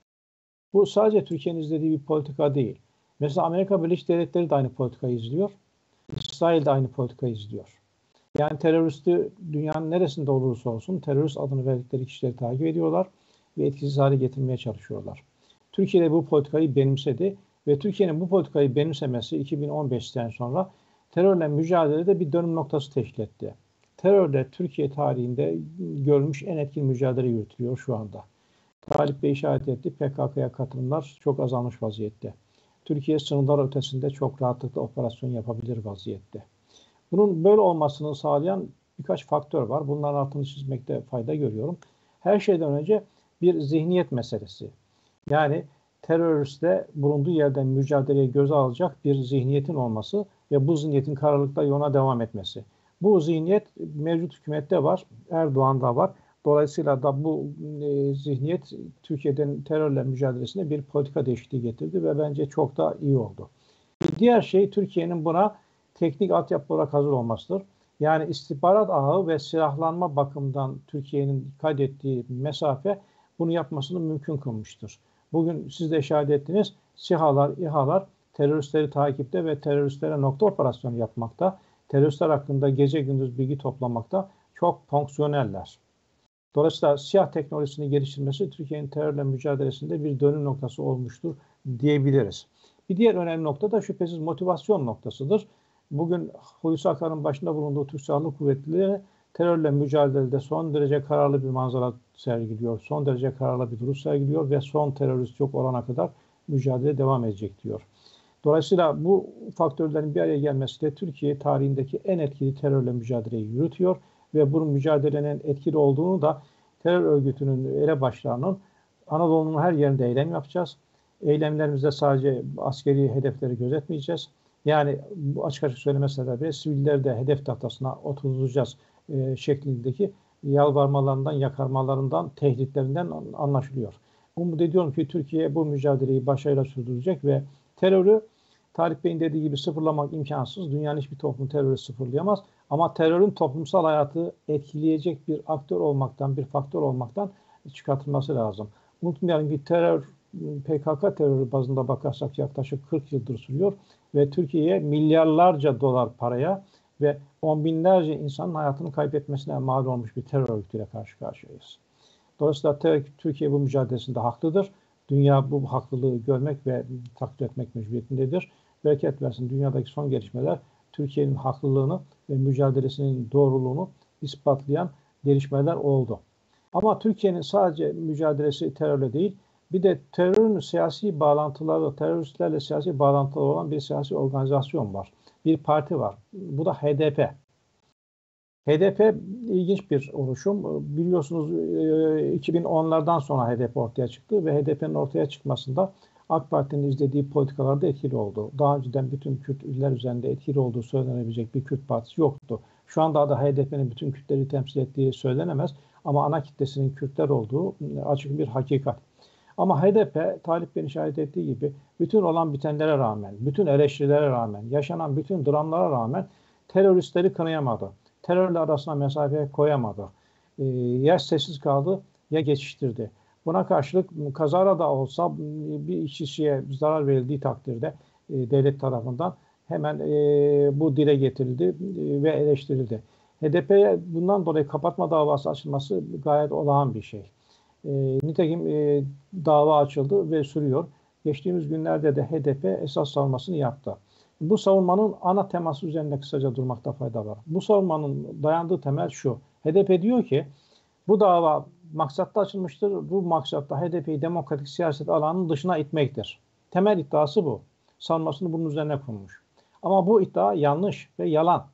Bu sadece Türkiye'nin izlediği bir politika değil. Mesela Amerika Birleşik Devletleri de aynı politikayı izliyor. İsrail de aynı politikayı izliyor. Yani teröristi dünyanın neresinde olursa olsun terörist adını verdikleri kişileri takip ediyorlar ve etkisiz hale getirmeye çalışıyorlar. Türkiye de bu politikayı benimsedi ve Türkiye'nin bu politikayı benimsemesi iki bin on beşten sonra terörle mücadelede bir dönüm noktası teşkil etti. Terörle Türkiye tarihinde görülmüş en etkili mücadele yürütülüyor şu anda. Talip Bey işaret etti. P K K'ya katılımlar çok azalmış vaziyette. Türkiye sınırlar ötesinde çok rahatlıkla operasyon yapabilir vaziyette. Bunun böyle olmasını sağlayan birkaç faktör var. Bunların altını çizmekte fayda görüyorum. Her şeyden önce bir zihniyet meselesi. Yani teröristle bulunduğu yerden mücadeleyi göze alacak bir zihniyetin olması ve bu zihniyetin kararlılıkla yoluna devam etmesi. Bu zihniyet mevcut hükümette var, Erdoğan'da var. Dolayısıyla da bu e, zihniyet Türkiye'den terörle mücadelesine bir politika değişikliği getirdi ve bence çok da iyi oldu. Bir diğer şey Türkiye'nin buna teknik altyapı olarak hazır olmasıdır. Yani istihbarat ağı ve silahlanma bakımından Türkiye'nin kaydettiği mesafe bunu yapmasını mümkün kılmıştır. Bugün siz de işaret ettiniz, SİHA'lar, İHA'lar teröristleri takipte ve teröristlere nokta operasyonu yapmakta, teröristler hakkında gece gündüz bilgi toplamakta çok fonksiyoneller. Dolayısıyla SİHA teknolojisini geliştirmesi Türkiye'nin terörle mücadelesinde bir dönüm noktası olmuştur diyebiliriz. Bir diğer önemli nokta da şüphesiz motivasyon noktasıdır. Bugün Hulusi Akar'ın başında bulunduğu Türk Silahlı Kuvvetleri terörle mücadelede son derece kararlı bir manzara sergiliyor. Son derece kararlı bir duruş sergiliyor ve son terörist yok olana kadar mücadele devam edecek diyor. Dolayısıyla bu faktörlerin bir araya gelmesiyle Türkiye tarihindeki en etkili terörle mücadeleyi yürütüyor ve bunun mücadelenin etkili olduğunu da terör örgütünün elebaşlarının Anadolu'nun her yerinde eylem yapacağız. Eylemlerimizde sadece askeri hedefleri gözetmeyeceğiz. Yani bu açık açık söyleme sebebi sivilleri de hedef tahtasına oturtacağız e, şeklindeki yalvarmalarından, yakarmalarından, tehditlerinden anlaşılıyor. Umut ediyorum ki Türkiye bu mücadeleyi başarıyla sürdürecek ve terörü Talip Bey'in dediği gibi sıfırlamak imkansız. Dünyanın hiçbir toplum terörü sıfırlayamaz. Ama terörün toplumsal hayatı etkileyecek bir aktör olmaktan, bir faktör olmaktan çıkartılması lazım. Unutmayalım ki terör, P K K terörü bazında bakarsak yaklaşık kırk yıldır sürüyor ve Türkiye'ye milyarlarca dolar paraya ve on binlerce insanın hayatını kaybetmesine mal olmuş bir terör örgütüyle karşı karşıyayız. Dolayısıyla Türkiye bu mücadelesinde haklıdır. Dünya bu haklılığı görmek ve takdir etmek mecburiyetindedir. Bereket versin, dünyadaki son gelişmeler Türkiye'nin haklılığını ve mücadelesinin doğruluğunu ispatlayan gelişmeler oldu. Ama Türkiye'nin sadece mücadelesi terörle değil, bir de terörün siyasi bağlantıları, teröristlerle siyasi bağlantıları olan bir siyasi organizasyon var. Bir parti var. Bu da H D P. H D P ilginç bir oluşum. Biliyorsunuz iki bin onlardan sonra H D P ortaya çıktı ve H D P'nin ortaya çıkmasında AK Parti'nin izlediği politikalarda etkili oldu. Daha önceden bütün Kürt iller üzerinde etkili olduğu söylenebilecek bir Kürt partisi yoktu. Şu anda da H D P'nin bütün Kürtleri temsil ettiği söylenemez ama ana kitlesinin Kürtler olduğu açık bir hakikat. Ama H D P, Talip Bey'in işaret ettiği gibi bütün olan bitenlere rağmen, bütün eleştirilere rağmen, yaşanan bütün dramlara rağmen teröristleri kınayamadı. Terörle arasına mesafe koyamadı. E, ya sessiz kaldı ya geçiştirdi. Buna karşılık kazara da olsa bir kişiye zarar verildiği takdirde e, devlet tarafından hemen e, bu dile getirildi e, ve eleştirildi. H D P'ye bundan dolayı kapatma davası açılması gayet olağan bir şey. E, nitekim e, dava açıldı ve sürüyor. Geçtiğimiz günlerde de H D P esas savunmasını yaptı. Bu savunmanın ana teması üzerinde kısaca durmakta fayda var. Bu savunmanın dayandığı temel şu. H D P diyor ki bu dava maksatta açılmıştır. Bu maksatta H D P'yi demokratik siyaset alanının dışına itmektir. Temel iddiası bu. Savunmasını bunun üzerine kurmuş. Ama bu iddia yanlış ve yalan.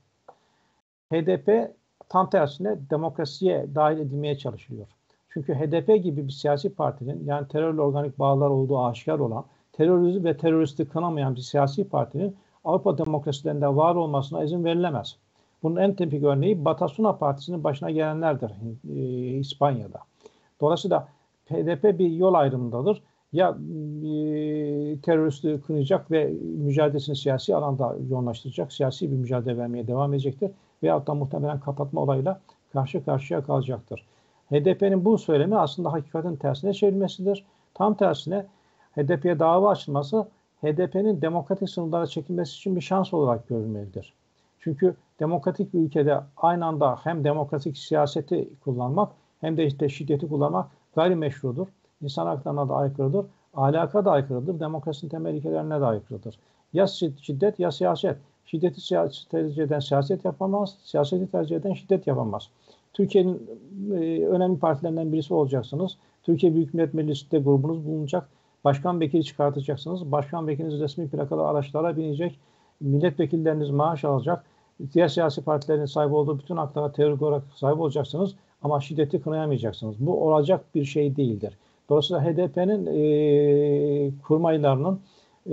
H D P tam tersine demokrasiye dahil edilmeye çalışılıyor. Çünkü H D P gibi bir siyasi partinin, yani terörle organik bağlar olduğu aşikar olan, terörizm ve teröristi kınamayan bir siyasi partinin Avrupa demokrasilerinde var olmasına izin verilemez. Bunun en tipik örneği Batasuna Partisi'nin başına gelenlerdir e, İspanya'da. Dolayısıyla H D P bir yol ayrımındadır. Ya e, teröristi kınayacak ve mücadelesini siyasi alanda yoğunlaştıracak, siyasi bir mücadele vermeye devam edecektir. Veyahut da muhtemelen kapatma olayıyla karşı karşıya kalacaktır. H D P'nin bu söylemi aslında hakikatin tersine çevrilmesidir. Tam tersine H D P'ye dava açılması H D P'nin demokratik sınırlara çekilmesi için bir şans olarak görülmelidir. Çünkü demokratik bir ülkede aynı anda hem demokratik siyaseti kullanmak hem de işte şiddeti kullanmak gayrimeşrudur. İnsan haklarına da aykırıdır. Ahlaka da aykırıdır. Demokrasinin temel ilkelerine de aykırıdır. Ya şiddet ya siyaset. Şiddeti tercih eden siyaset yapamaz. Siyaseti tercih eden şiddet yapamaz. Türkiye'nin e, önemli partilerinden birisi olacaksınız. Türkiye Büyük Millet Meclisi'nde grubunuz bulunacak. Başkan vekili çıkartacaksınız. Başkan vekiliniz resmi plakalı araçlara binecek. Milletvekilleriniz maaş alacak. Diğer siyasi partilerin sahip olduğu bütün haklara teorik olarak sahip olacaksınız. Ama şiddeti kınayamayacaksınız. Bu olacak bir şey değildir. Dolayısıyla H D P'nin e, kurmaylarının e,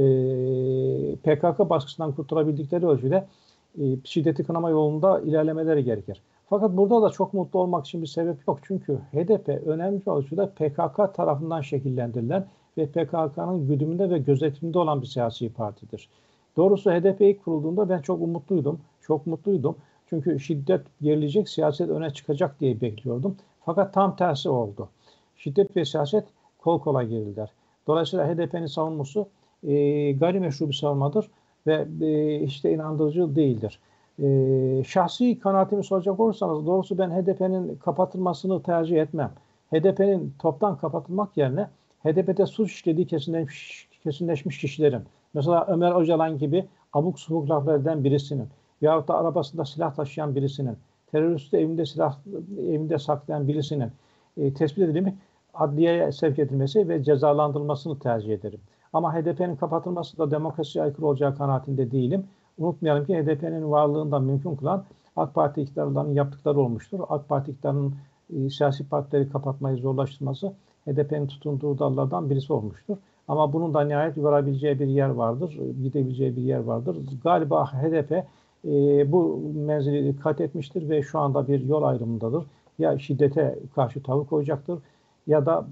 P K K baskısından kurtulabildikleri ölçüde e, şiddeti kınama yolunda ilerlemeleri gerekir. Fakat burada da çok mutlu olmak için bir sebep yok. Çünkü H D P önemli ölçüde P K K tarafından şekillendirilen ve P K K'nın güdümünde ve gözetiminde olan bir siyasi partidir. Doğrusu H D P ilk kurulduğunda ben çok umutluydum. Çok mutluydum. Çünkü şiddet gerilecek, siyaset öne çıkacak diye bekliyordum. Fakat tam tersi oldu. Şiddet ve siyaset kol kola girildiler. Dolayısıyla H D P'nin savunması e, gayrimeşru bir savunmadır ve e, işte inandırıcı değildir. E, şahsi kanaatimi soracak olursanız doğrusu ben H D P'nin kapatılmasını tercih etmem. H D P'nin toptan kapatılmak yerine H D P'de suç işlediği kesinleşmiş, kesinleşmiş kişilerin, mesela Ömer Öcalan gibi abuk subuk laflar eden birisinin yahut da arabasında silah taşıyan birisinin, teröristi evinde silah evinde saklayan birisinin e, tespit edilip adliyeye sevk edilmesi ve cezalandırılmasını tercih ederim. Ama H D P'nin kapatılması da demokrasiye aykırı olacağı kanaatinde değilim. Unutmayalım ki H D P'nin varlığını da mümkün kılan AK Parti iktidarlarının yaptıkları olmuştur. AK Parti iktidarının e, siyasi partileri kapatmayı zorlaştırması H D P'nin tutunduğu dallardan birisi olmuştur. Ama bunun da nihayet varabileceği bir yer vardır, gidebileceği bir yer vardır. Galiba H D P e, bu menzili kat etmiştir ve şu anda bir yol ayrımındadır. Ya şiddete karşı tavır koyacaktır ya da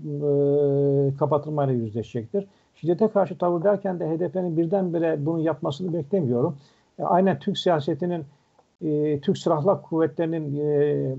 e, kapatılmayla yüzleşecektir. Şiddete karşı tavır derken de H D P'nin birdenbire bunu yapmasını beklemiyorum. E, aynen Türk siyasetinin, e, Türk Silahlı Kuvvetleri'nin e,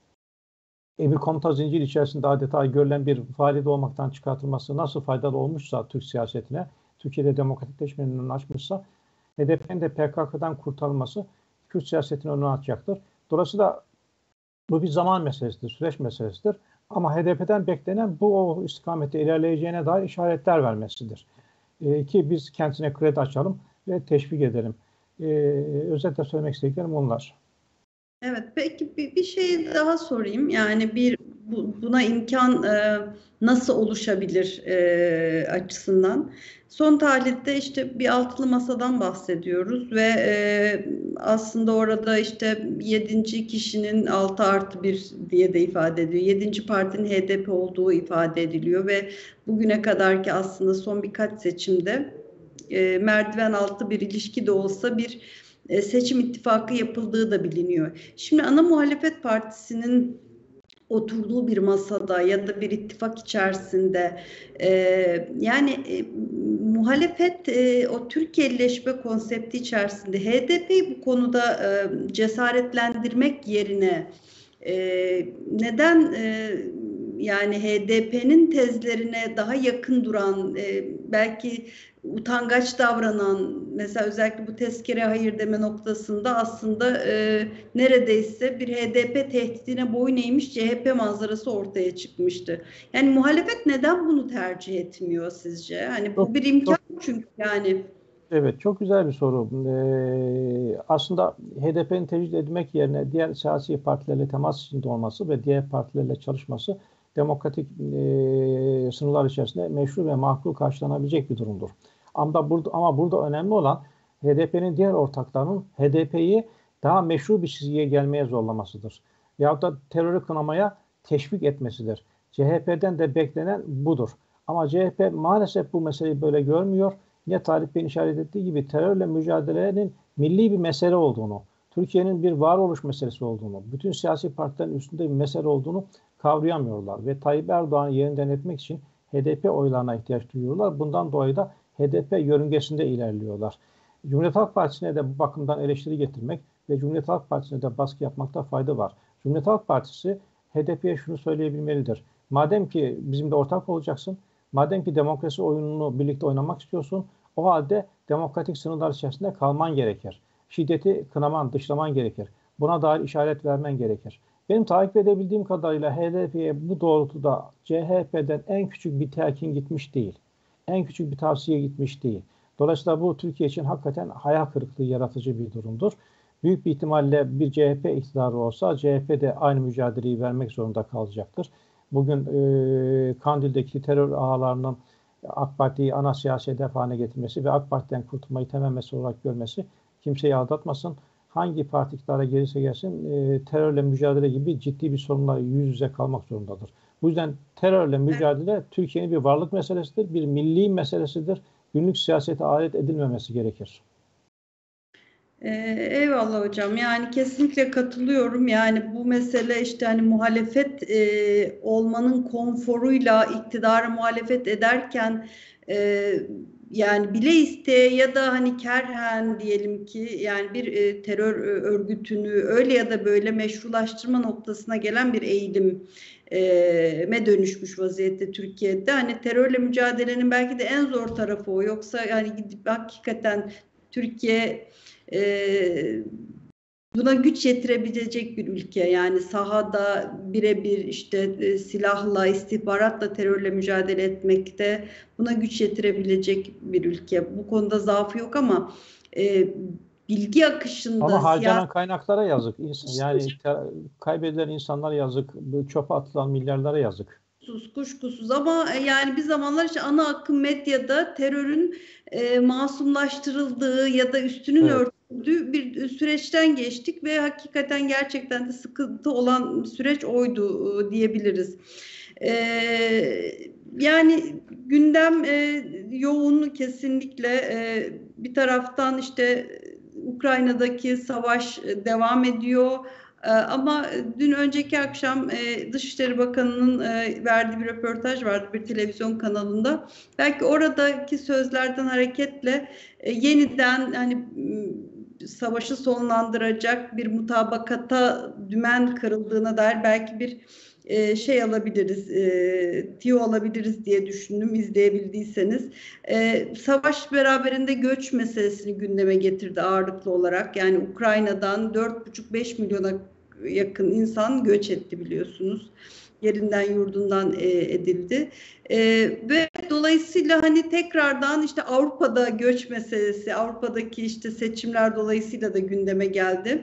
emir komuta zinciri içerisinde adeta görülen bir faaliyet olmaktan çıkartılması nasıl faydalı olmuşsa Türk siyasetine, Türkiye'de demokratikleşmenin önünü açmışsa, H D P'nin de P K K'dan kurtarılması Kürt siyasetinin önünü açacaktır. Dolayısıyla bu bir zaman meselesidir, süreç meselesidir. Ama H D P'den beklenen bu o istikamette ilerleyeceğine dair işaretler vermesidir. Ee, ki biz kendisine kredi açalım ve teşvik edelim. Ee, özetle söylemek istediklerim onlar. Evet, peki bir, bir şey daha sorayım. Yani bir bu, buna imkan e, nasıl oluşabilir e, açısından? Son tahlilde işte bir altılı masadan bahsediyoruz ve e, aslında orada işte yedinci kişinin altı artı bir diye de ifade ediyor. Yedinci partinin H D P olduğu ifade ediliyor ve bugüne kadarki aslında son birkaç seçimde e, merdiven altı bir ilişki de olsa bir seçim ittifakı yapıldığı da biliniyor. Şimdi ana muhalefet partisinin oturduğu bir masada ya da bir ittifak içerisinde e, yani e, muhalefet e, o Türkiye'leşme konsepti içerisinde H D P'yi bu konuda e, cesaretlendirmek yerine e, neden e, yani H D P'nin tezlerine daha yakın duran, e, belki utangaç davranan, mesela özellikle bu tezkere hayır deme noktasında aslında e, neredeyse bir H D P tehdidine boyun eğmiş C H P manzarası ortaya çıkmıştı. Yani muhalefet neden bunu tercih etmiyor sizce? Hani bu bir imkan çünkü yani. Evet, çok güzel bir soru. Ee, aslında H D P'nin tecrid edilmek yerine diğer siyasi partilerle temas içinde olması ve diğer partilerle çalışması demokratik e, sınırlar içerisinde meşru ve makul karşılanabilecek bir durumdur. Ama burada, ama burada önemli olan H D P'nin diğer ortaklarının H D P'yi daha meşru bir çizgiye gelmeye zorlamasıdır. Yahut da terörü kınamaya teşvik etmesidir. C H P'den de beklenen budur. Ama C H P maalesef bu meseleyi böyle görmüyor. Yine Talip Bey'in işaret ettiği gibi terörle mücadelenin milli bir mesele olduğunu, Türkiye'nin bir varoluş meselesi olduğunu, bütün siyasi partilerin üstünde bir mesele olduğunu kavrayamıyorlar. Ve Tayyip Erdoğan'ı yeniden etmek için H D P oylarına ihtiyaç duyuyorlar. Bundan dolayı da H D P yörüngesinde ilerliyorlar. Cumhuriyet Halk Partisi'ne de bu bakımdan eleştiri getirmek ve Cumhuriyet Halk Partisi'ne de baskı yapmakta fayda var. Cumhuriyet Halk Partisi H D P'ye şunu söyleyebilmelidir. Madem ki bizimle ortak olacaksın, madem ki demokrasi oyununu birlikte oynamak istiyorsun, o halde demokratik sınırlar içerisinde kalman gerekir. Şiddeti kınaman, dışlaman gerekir. Buna dair işaret vermen gerekir. Benim takip edebildiğim kadarıyla H D P'ye bu doğrultuda C H P'den en küçük bir telkin gitmiş değil. En küçük bir tavsiye gitmiş değil. Dolayısıyla bu Türkiye için hakikaten hayal kırıklığı yaratıcı bir durumdur. Büyük bir ihtimalle bir C H P iktidarı olsa C H P de aynı mücadeleyi vermek zorunda kalacaktır. bugün e, Kandil'deki terör ağlarının AK Parti'yi ana siyasi hedef haline getirmesi ve AK Parti'den kurtulmayı temel mesele olarak görmesi kimseyi aldatmasın. Hangi parti iktidara gelirse gelsin e, terörle mücadele gibi ciddi bir sorunla yüz yüze kalmak zorundadır. Bu yüzden terörle mücadele Türkiye'nin bir varlık meselesidir, bir milli meselesidir. Günlük siyasete alet edilmemesi gerekir. Ee, eyvallah hocam. Yani kesinlikle katılıyorum. Yani bu mesele işte hani muhalefet e, olmanın konforuyla iktidara muhalefet ederken e, yani bile isteye ya da hani kerhen diyelim ki yani bir e, terör örgütünü öyle ya da böyle meşrulaştırma noktasına gelen bir eğilim me dönüşmüş vaziyette Türkiye'de. Hani terörle mücadelenin belki de en zor tarafı o. Yoksa yani gidip hakikaten Türkiye e, buna güç yetirebilecek bir ülke. Yani sahada birebir işte e, silahla, istihbaratla terörle mücadele etmekte buna güç yetirebilecek bir ülke. Bu konuda zaafı yok ama e, bilgi akışında ama harcanan siyasi... kaynaklara yazık. Yani kaybedilen insanlara yazık. Çöpe atılan milyarlara yazık. Kuşkusuz, kuşkusuz ama yani bir zamanlar işte ana akım medyada terörün e, masumlaştırıldığı ya da üstünün evet. örtüldüğü bir süreçten geçtik ve hakikaten gerçekten de sıkıntı olan süreç oydu e, diyebiliriz. E, yani gündem e, yoğun kesinlikle e, bir taraftan işte Ukrayna'daki savaş devam ediyor. Ama dün önceki akşam Dışişleri Bakanı'nın verdiği bir röportaj vardı bir televizyon kanalında. Belki oradaki sözlerden hareketle yeniden hani savaşı sonlandıracak bir mutabakata dümen kırıldığına dair belki bir şey alabiliriz, tiyo alabiliriz diye düşündüm izleyebildiyseniz. Savaş beraberinde göç meselesini gündeme getirdi ağırlıklı olarak. Yani Ukrayna'dan dört buçuk beş milyona yakın insan göç etti biliyorsunuz. Yerinden yurdundan edildi. Ve dolayısıyla hani tekrardan işte Avrupa'da göç meselesi, Avrupa'daki işte seçimler dolayısıyla da gündeme geldi.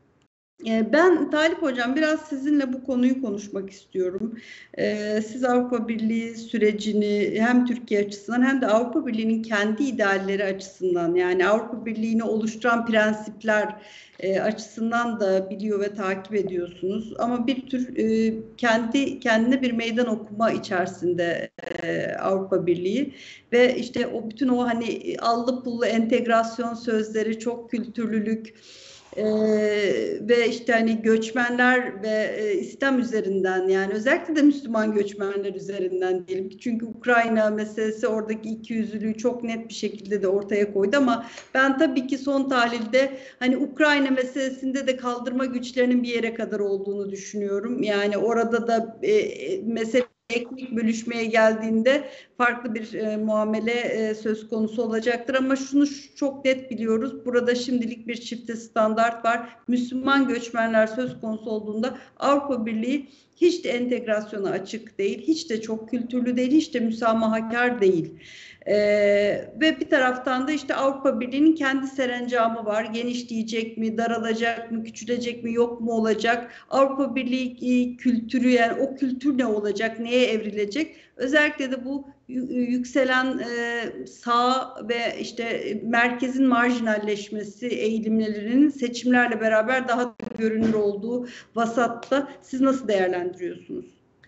Ben Talip Hocam biraz sizinle bu konuyu konuşmak istiyorum. Siz Avrupa Birliği sürecini hem Türkiye açısından hem de Avrupa Birliği'nin kendi idealleri açısından yani Avrupa Birliği'ni oluşturan prensipler açısından da biliyor ve takip ediyorsunuz. Ama bir tür kendi kendine bir meydan okuma içerisinde Avrupa Birliği ve işte o bütün o hani allı pullu entegrasyon sözleri, çok kültürlülük, Ee, ve işte hani göçmenler ve e, İslam üzerinden yani özellikle de Müslüman göçmenler üzerinden diyelim ki çünkü Ukrayna meselesi oradaki ikiyüzlülüğü çok net bir şekilde de ortaya koydu ama ben tabii ki son tahlilde hani Ukrayna meselesinde de kaldırma güçlerinin bir yere kadar olduğunu düşünüyorum. Yani orada da e, mesele ekmek bölüşmeye geldiğinde farklı bir e, muamele e, söz konusu olacaktır ama şunu çok net biliyoruz. Burada şimdilik bir çifte standart var. Müslüman göçmenler söz konusu olduğunda Avrupa Birliği hiç de entegrasyona açık değil, hiç de çok kültürlü değil, hiç de müsamahakar değil. Ee, ve bir taraftan da işte Avrupa Birliği'nin kendi serencamı var. Genişleyecek mi, daralacak mı, küçülecek mi, yok mu olacak? Avrupa Birliği kültürü yani o kültür ne olacak, neye evrilecek? Özellikle de bu yükselen e, sağ ve işte merkezin marjinalleşmesi eğilimlerinin seçimlerle beraber daha görünür olduğu vasatta siz nasıl değerlendiriyorsunuz?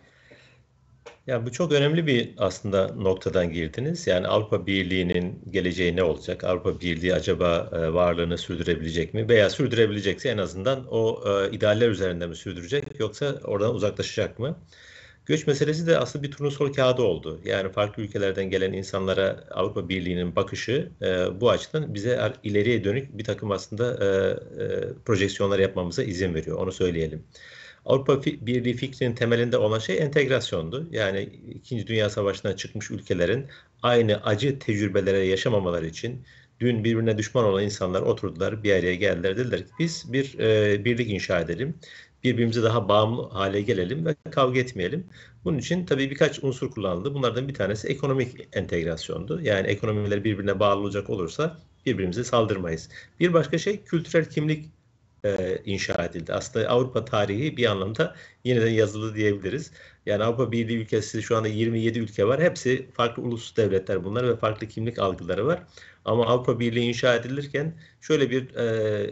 Ya bu çok önemli bir aslında noktadan girdiniz. Yani Avrupa Birliği'nin geleceği ne olacak? Avrupa Birliği acaba e, varlığını sürdürebilecek mi? Veya sürdürebilecekse en azından o e, idealler üzerinde mi sürdürecek yoksa oradan uzaklaşacak mı? Göç meselesi de aslında bir turnusol kağıdı oldu. Yani farklı ülkelerden gelen insanlara Avrupa Birliği'nin bakışı e, bu açıdan bize ileriye dönük bir takım aslında e, e, projeksiyonlar yapmamıza izin veriyor. Onu söyleyelim. Avrupa Birliği fikrinin temelinde olan şey entegrasyondu. Yani İkinci Dünya Savaşı'ndan çıkmış ülkelerin aynı acı tecrübelere yaşamamaları için dün birbirine düşman olan insanlar oturdular, bir araya geldiler. Dediler ki biz bir e, birlik inşa edelim. Birbirimize daha bağımlı hale gelelim ve kavga etmeyelim. Bunun için tabii birkaç unsur kullanıldı. Bunlardan bir tanesi ekonomik entegrasyondu. Yani ekonomiler birbirine bağlı olacak olursa birbirimize saldırmayız. Bir başka şey kültürel kimlik e, inşa edildi. Aslında Avrupa tarihi bir anlamda yeniden yazılı diyebiliriz. Yani Avrupa Birliği ülkesi şu anda yirmi yedi ülke var. Hepsi farklı ulus devletler bunlar ve farklı kimlik algıları var. Ama Avrupa Birliği inşa edilirken şöyle bir e,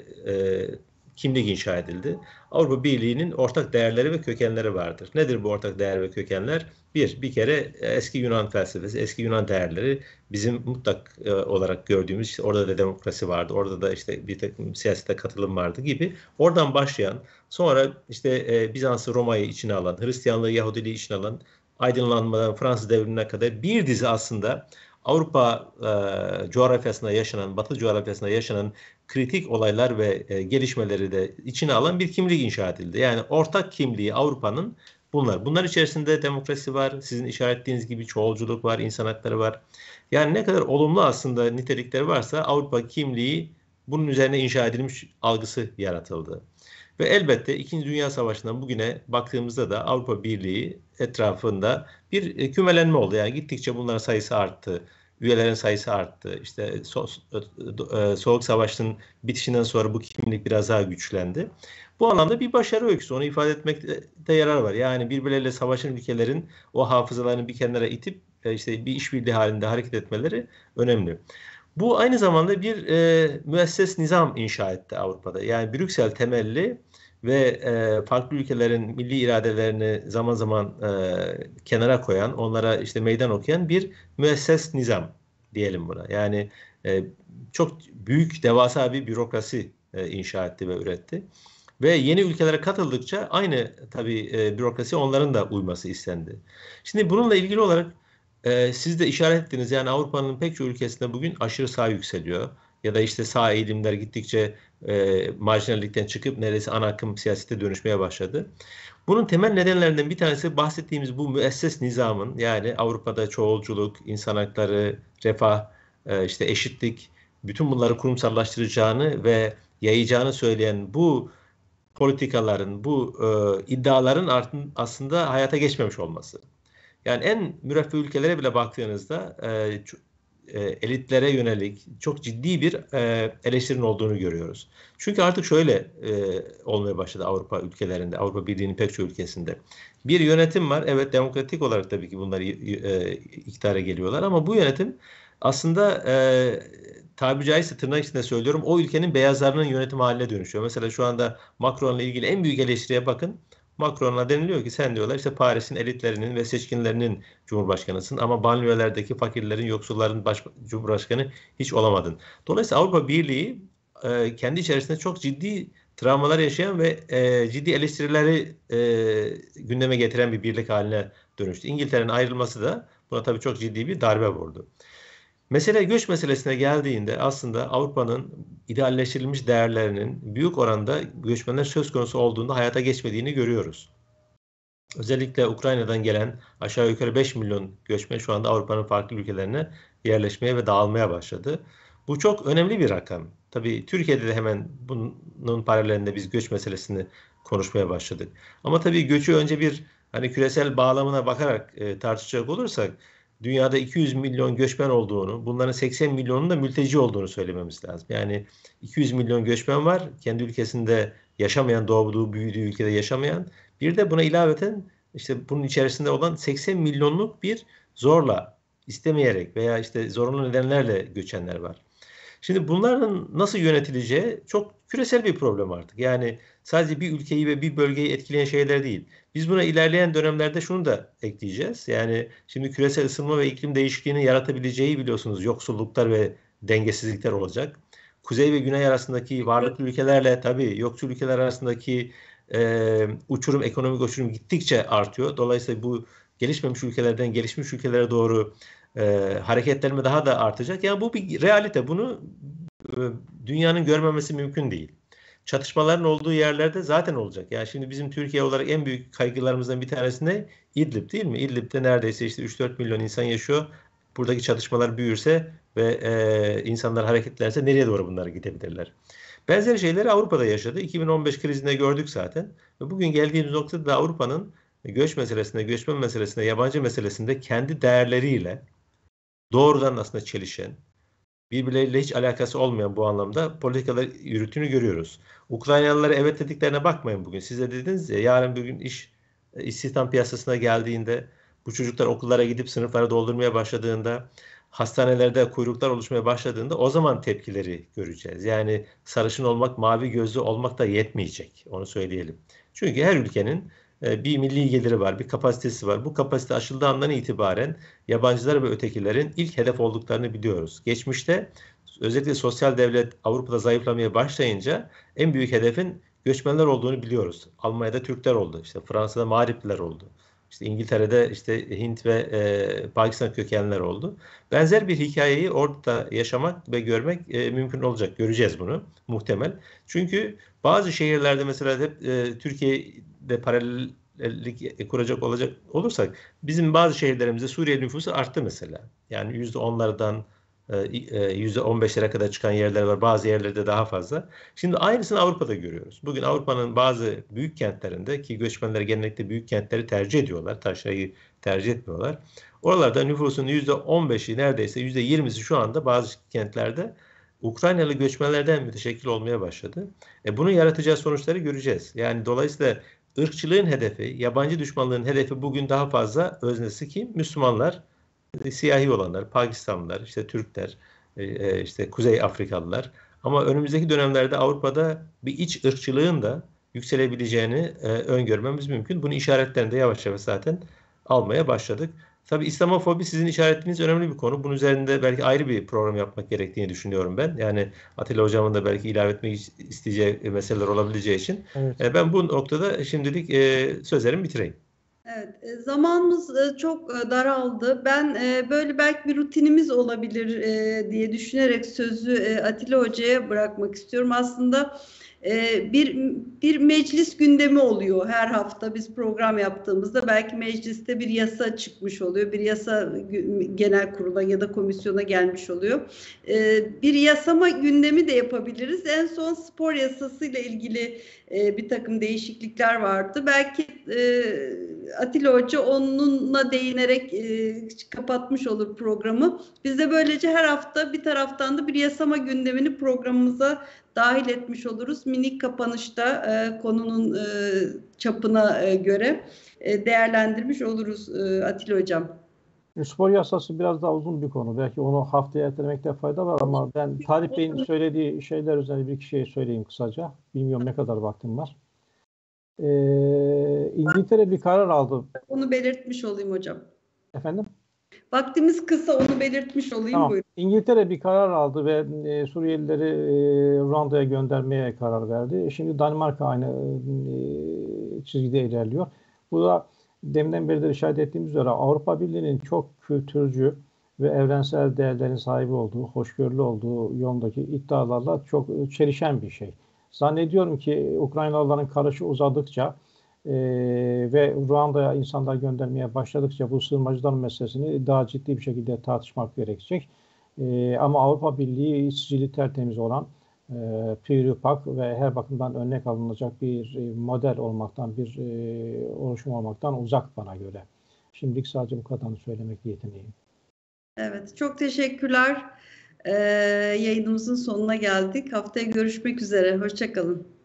e, kimlik inşa edildi. Avrupa Birliği'nin ortak değerleri ve kökenleri vardır. Nedir bu ortak değer ve kökenler? Bir, bir kere eski Yunan felsefesi, eski Yunan değerleri bizim mutlak e, olarak gördüğümüz, işte orada da demokrasi vardı, orada da işte bir takım siyasete katılım vardı gibi. Oradan başlayan, sonra işte e, Bizans'ı, Roma'yı içine alan, Hristiyanlığı, Yahudiliği içine alan, aydınlanmadan Fransız devrimine kadar bir dizi aslında Avrupa e, coğrafyasında yaşanan, Batı coğrafyasında yaşanan kritik olaylar ve e, gelişmeleri de içine alan bir kimlik inşa edildi. Yani ortak kimliği Avrupa'nın bunlar. Bunlar içerisinde demokrasi var, sizin işaretlediğiniz gibi çoğulculuk var, insan hakları var. Yani ne kadar olumlu aslında nitelikleri varsa Avrupa kimliği bunun üzerine inşa edilmiş algısı yaratıldı. Ve elbette İkinci Dünya Savaşı'ndan bugüne baktığımızda da Avrupa Birliği etrafında bir e, kümelenme oldu. Yani gittikçe bunların sayısı arttı. Üyelerin sayısı arttı. İşte so e, Soğuk Savaş'ın bitişinden sonra bu kimlik biraz daha güçlendi. Bu anlamda bir başarı öyküsü. Onu ifade etmekte yarar var. Yani birbirleriyle savaşan ülkelerin o hafızalarını bir kenara itip e, işte bir işbirliği halinde hareket etmeleri önemli. Bu aynı zamanda bir e, müesses nizam inşa etti Avrupa'da. Yani Brüksel temelli ve e, farklı ülkelerin milli iradelerini zaman zaman e, kenara koyan, onlara işte meydan okuyan bir müesses nizam diyelim buna. Yani e, çok büyük, devasa bir bürokrasi e, inşa etti ve üretti. Ve yeni ülkelere katıldıkça aynı tabii e, bürokrasi onların da uyması istendi. Şimdi bununla ilgili olarak e, siz de işaret ettiniz. Yani Avrupa'nın pek çok ülkesinde bugün aşırı sağ yükseliyor. Ya da işte sağ eğilimler gittikçe e, marjinallikten çıkıp neredeyse ana akım siyasete dönüşmeye başladı. Bunun temel nedenlerinden bir tanesi bahsettiğimiz bu müesses nizamın, yani Avrupa'da çoğulculuk, insan hakları, refah, e, işte eşitlik, bütün bunları kurumsallaştıracağını ve yayacağını söyleyen bu politikaların, bu e, iddiaların artın, aslında hayata geçmemiş olması. Yani en müreffeh ülkelere bile baktığınızda e, e, elitlere yönelik çok ciddi bir e, eleştirinin olduğunu görüyoruz. Çünkü artık şöyle e, olmaya başladı Avrupa ülkelerinde, Avrupa Birliği'nin pek çok ülkesinde. Bir yönetim var. Evet, demokratik olarak tabii ki bunlar e, iktidara geliyorlar ama bu yönetim aslında e, tabiri caizse tırnak içinde söylüyorum, o ülkenin beyazlarının yönetim haline dönüşüyor. Mesela şu anda Macron'la ilgili en büyük eleştiriye bakın. Macron'a deniliyor ki sen diyorlar işte Paris'in elitlerinin ve seçkinlerinin cumhurbaşkanısın ama banliyölerdeki fakirlerin, yoksulların baş, cumhurbaşkanı hiç olamadın. Dolayısıyla Avrupa Birliği e, kendi içerisinde çok ciddi travmalar yaşayan ve e, ciddi eleştirileri e, gündeme getiren bir birlik haline dönüştü. İngiltere'nin ayrılması da buna tabii çok ciddi bir darbe vurdu. Mesele göç meselesine geldiğinde aslında Avrupa'nın idealleştirilmiş değerlerinin büyük oranda göçmenler söz konusu olduğunda hayata geçmediğini görüyoruz. Özellikle Ukrayna'dan gelen aşağı yukarı beş milyon göçmen şu anda Avrupa'nın farklı ülkelerine yerleşmeye ve dağılmaya başladı. Bu çok önemli bir rakam. Tabii Türkiye'de de hemen bunun paralelinde biz göç meselesini konuşmaya başladık. Ama tabii göçü önce bir hani küresel bağlamına bakarak e, tartışacak olursak dünyada iki yüz milyon göçmen olduğunu, bunların seksen milyonun da mülteci olduğunu söylememiz lazım. Yani iki yüz milyon göçmen var, kendi ülkesinde yaşamayan, doğduğu, büyüdüğü ülkede yaşamayan. Bir de buna ilaveten işte bunun içerisinde olan seksen milyonluk bir zorla, istemeyerek veya işte zorunlu nedenlerle göçenler var. Şimdi bunların nasıl yönetileceği çok küresel bir problem artık. Yani sadece bir ülkeyi ve bir bölgeyi etkileyen şeyler değil. Biz buna ilerleyen dönemlerde şunu da ekleyeceğiz. Yani şimdi küresel ısınma ve iklim değişikliğini yaratabileceği biliyorsunuz yoksulluklar ve dengesizlikler olacak. Kuzey ve güney arasındaki varlıklı ülkelerle tabii yoksul ülkeler arasındaki e, uçurum, ekonomik uçurum gittikçe artıyor. Dolayısıyla bu gelişmemiş ülkelerden gelişmiş ülkelere doğru e, hareketlenme daha da artacak. Yani bu bir realite. Bunu e, dünyanın görmemesi mümkün değil. Çatışmaların olduğu yerlerde zaten olacak. Yani şimdi bizim Türkiye olarak en büyük kaygılarımızdan bir tanesi ne? İdlib değil mi? İdlib'de neredeyse işte üç dört milyon insan yaşıyor. Buradaki çatışmalar büyürse ve e, insanlar hareketlense nereye doğru bunlar gidebilirler? Benzer şeyleri Avrupa'da yaşadı. iki bin on beş krizinde gördük zaten. Ve bugün geldiğimiz noktada da Avrupa'nın göç meselesinde, göçmen meselesinde, yabancı meselesinde kendi değerleriyle doğrudan aslında çelişen, birbirleriyle hiç alakası olmayan bu anlamda politikalar yürüttüğünü görüyoruz. Ukraynalılara evet dediklerine bakmayın bugün. Siz de dediniz ya, yarın bir gün iş istihdam piyasasına geldiğinde, bu çocuklar okullara gidip sınıfları doldurmaya başladığında, hastanelerde kuyruklar oluşmaya başladığında o zaman tepkileri göreceğiz. Yani sarışın olmak, mavi gözlü olmak da yetmeyecek. Onu söyleyelim. Çünkü her ülkenin bir milli geliri var, bir kapasitesi var. Bu kapasite aşıldığı andan itibaren yabancılar ve ötekilerin ilk hedef olduklarını biliyoruz. Geçmişte özellikle sosyal devlet Avrupa'da zayıflamaya başlayınca en büyük hedefin göçmenler olduğunu biliyoruz. Almanya'da Türkler oldu, işte Fransa'da Mağripliler oldu. İşte İngiltere'de işte Hint ve e, Pakistan kökenler oldu. Benzer bir hikayeyi orada yaşamak ve görmek e, mümkün olacak. Göreceğiz bunu muhtemel. Çünkü bazı şehirlerde mesela hep e, Türkiye'de paralellik kuracak olacak olursak bizim bazı şehirlerimizde Suriye nüfusu arttı mesela. Yani yüzde onlardan yüzde on beşlere kadar çıkan yerler var. Bazı yerlerde daha fazla. Şimdi aynısını Avrupa'da görüyoruz. Bugün Avrupa'nın bazı büyük kentlerinde, ki göçmenler genellikle büyük kentleri tercih ediyorlar. Taşrayı tercih etmiyorlar. Oralarda nüfusun yüzde on beşi, neredeyse yüzde yirmisi şu anda bazı kentlerde Ukraynalı göçmenlerden müteşekkil olmaya başladı. E bunun yaratacağı sonuçları göreceğiz. Yani dolayısıyla ırkçılığın hedefi, yabancı düşmanlığın hedefi bugün daha fazla, öznesi kim? Müslümanlar, siyahi olanlar, Pakistanlılar, işte Türkler, işte Kuzey Afrikalılar. Ama önümüzdeki dönemlerde Avrupa'da bir iç ırkçılığın da yükselebileceğini öngörmemiz mümkün. Bunun işaretlerini de yavaş yavaş zaten almaya başladık. Tabii İslamofobi sizin işaretiniz önemli bir konu. Bunun üzerinde belki ayrı bir program yapmak gerektiğini düşünüyorum ben. Yani Atilla Hocam'ın da belki ilave etmek isteyeceği meseleler olabileceği için. Evet. Ben bu noktada şimdilik sözlerimi bitireyim. Evet, zamanımız çok daraldı. Ben böyle belki bir rutinimiz olabilir diye düşünerek sözü Atilla Hoca'ya bırakmak istiyorum. Aslında bir bir meclis gündemi oluyor her hafta biz program yaptığımızda. Belki mecliste bir yasa çıkmış oluyor, bir yasa genel kurula ya da komisyona gelmiş oluyor. Bir yasama gündemi de yapabiliriz. En son spor yasasıyla ilgili bir takım değişiklikler vardı. Belki Atilla Hoca onunla değinerek kapatmış olur programı. Biz de böylece her hafta bir taraftan da bir yasama gündemini programımıza dahil etmiş oluruz. Minik kapanışta e, konunun e, çapına e, göre e, değerlendirmiş oluruz e, Atilla Hocam. Spor yasası biraz daha uzun bir konu. Belki onu haftaya ertelemekte fayda var ama ben Tarık Bey'in söylediği şeyler üzerine bir iki şey söyleyeyim kısaca. Bilmiyorum ne kadar vaktim var. Ee, İngiltere bir karar aldı. Onu belirtmiş olayım hocam. Efendim? Vaktimiz kısa, onu belirtmiş olayım. Tamam. Buyurun. İngiltere bir karar aldı ve e, Suriyelileri e, Ruanda'ya göndermeye karar verdi. Şimdi Danimarka aynı e, çizgide ilerliyor. Bu da deminden beri de işaret ettiğimiz üzere Avrupa Birliği'nin çok kültürcü ve evrensel değerlerin sahibi olduğu, hoşgörülü olduğu yolundaki iddialarla çok çelişen bir şey. Zannediyorum ki Ukraynalıların karışı uzadıkça e, ve Ruanda'ya insanlar göndermeye başladıkça bu sığınmacıların meselesini daha ciddi bir şekilde tartışmak gerekecek. E, ama Avrupa Birliği sicili tertemiz olan, e, pürüpak ve her bakımdan örnek alınacak bir e, model olmaktan, bir e, oluşum olmaktan uzak bana göre. Şimdilik sadece bu kadarını söylemek niyetindeyim. Evet, çok teşekkürler. Ee, yayınımızın sonuna geldik. Haftaya görüşmek üzere. Hoşça kalın.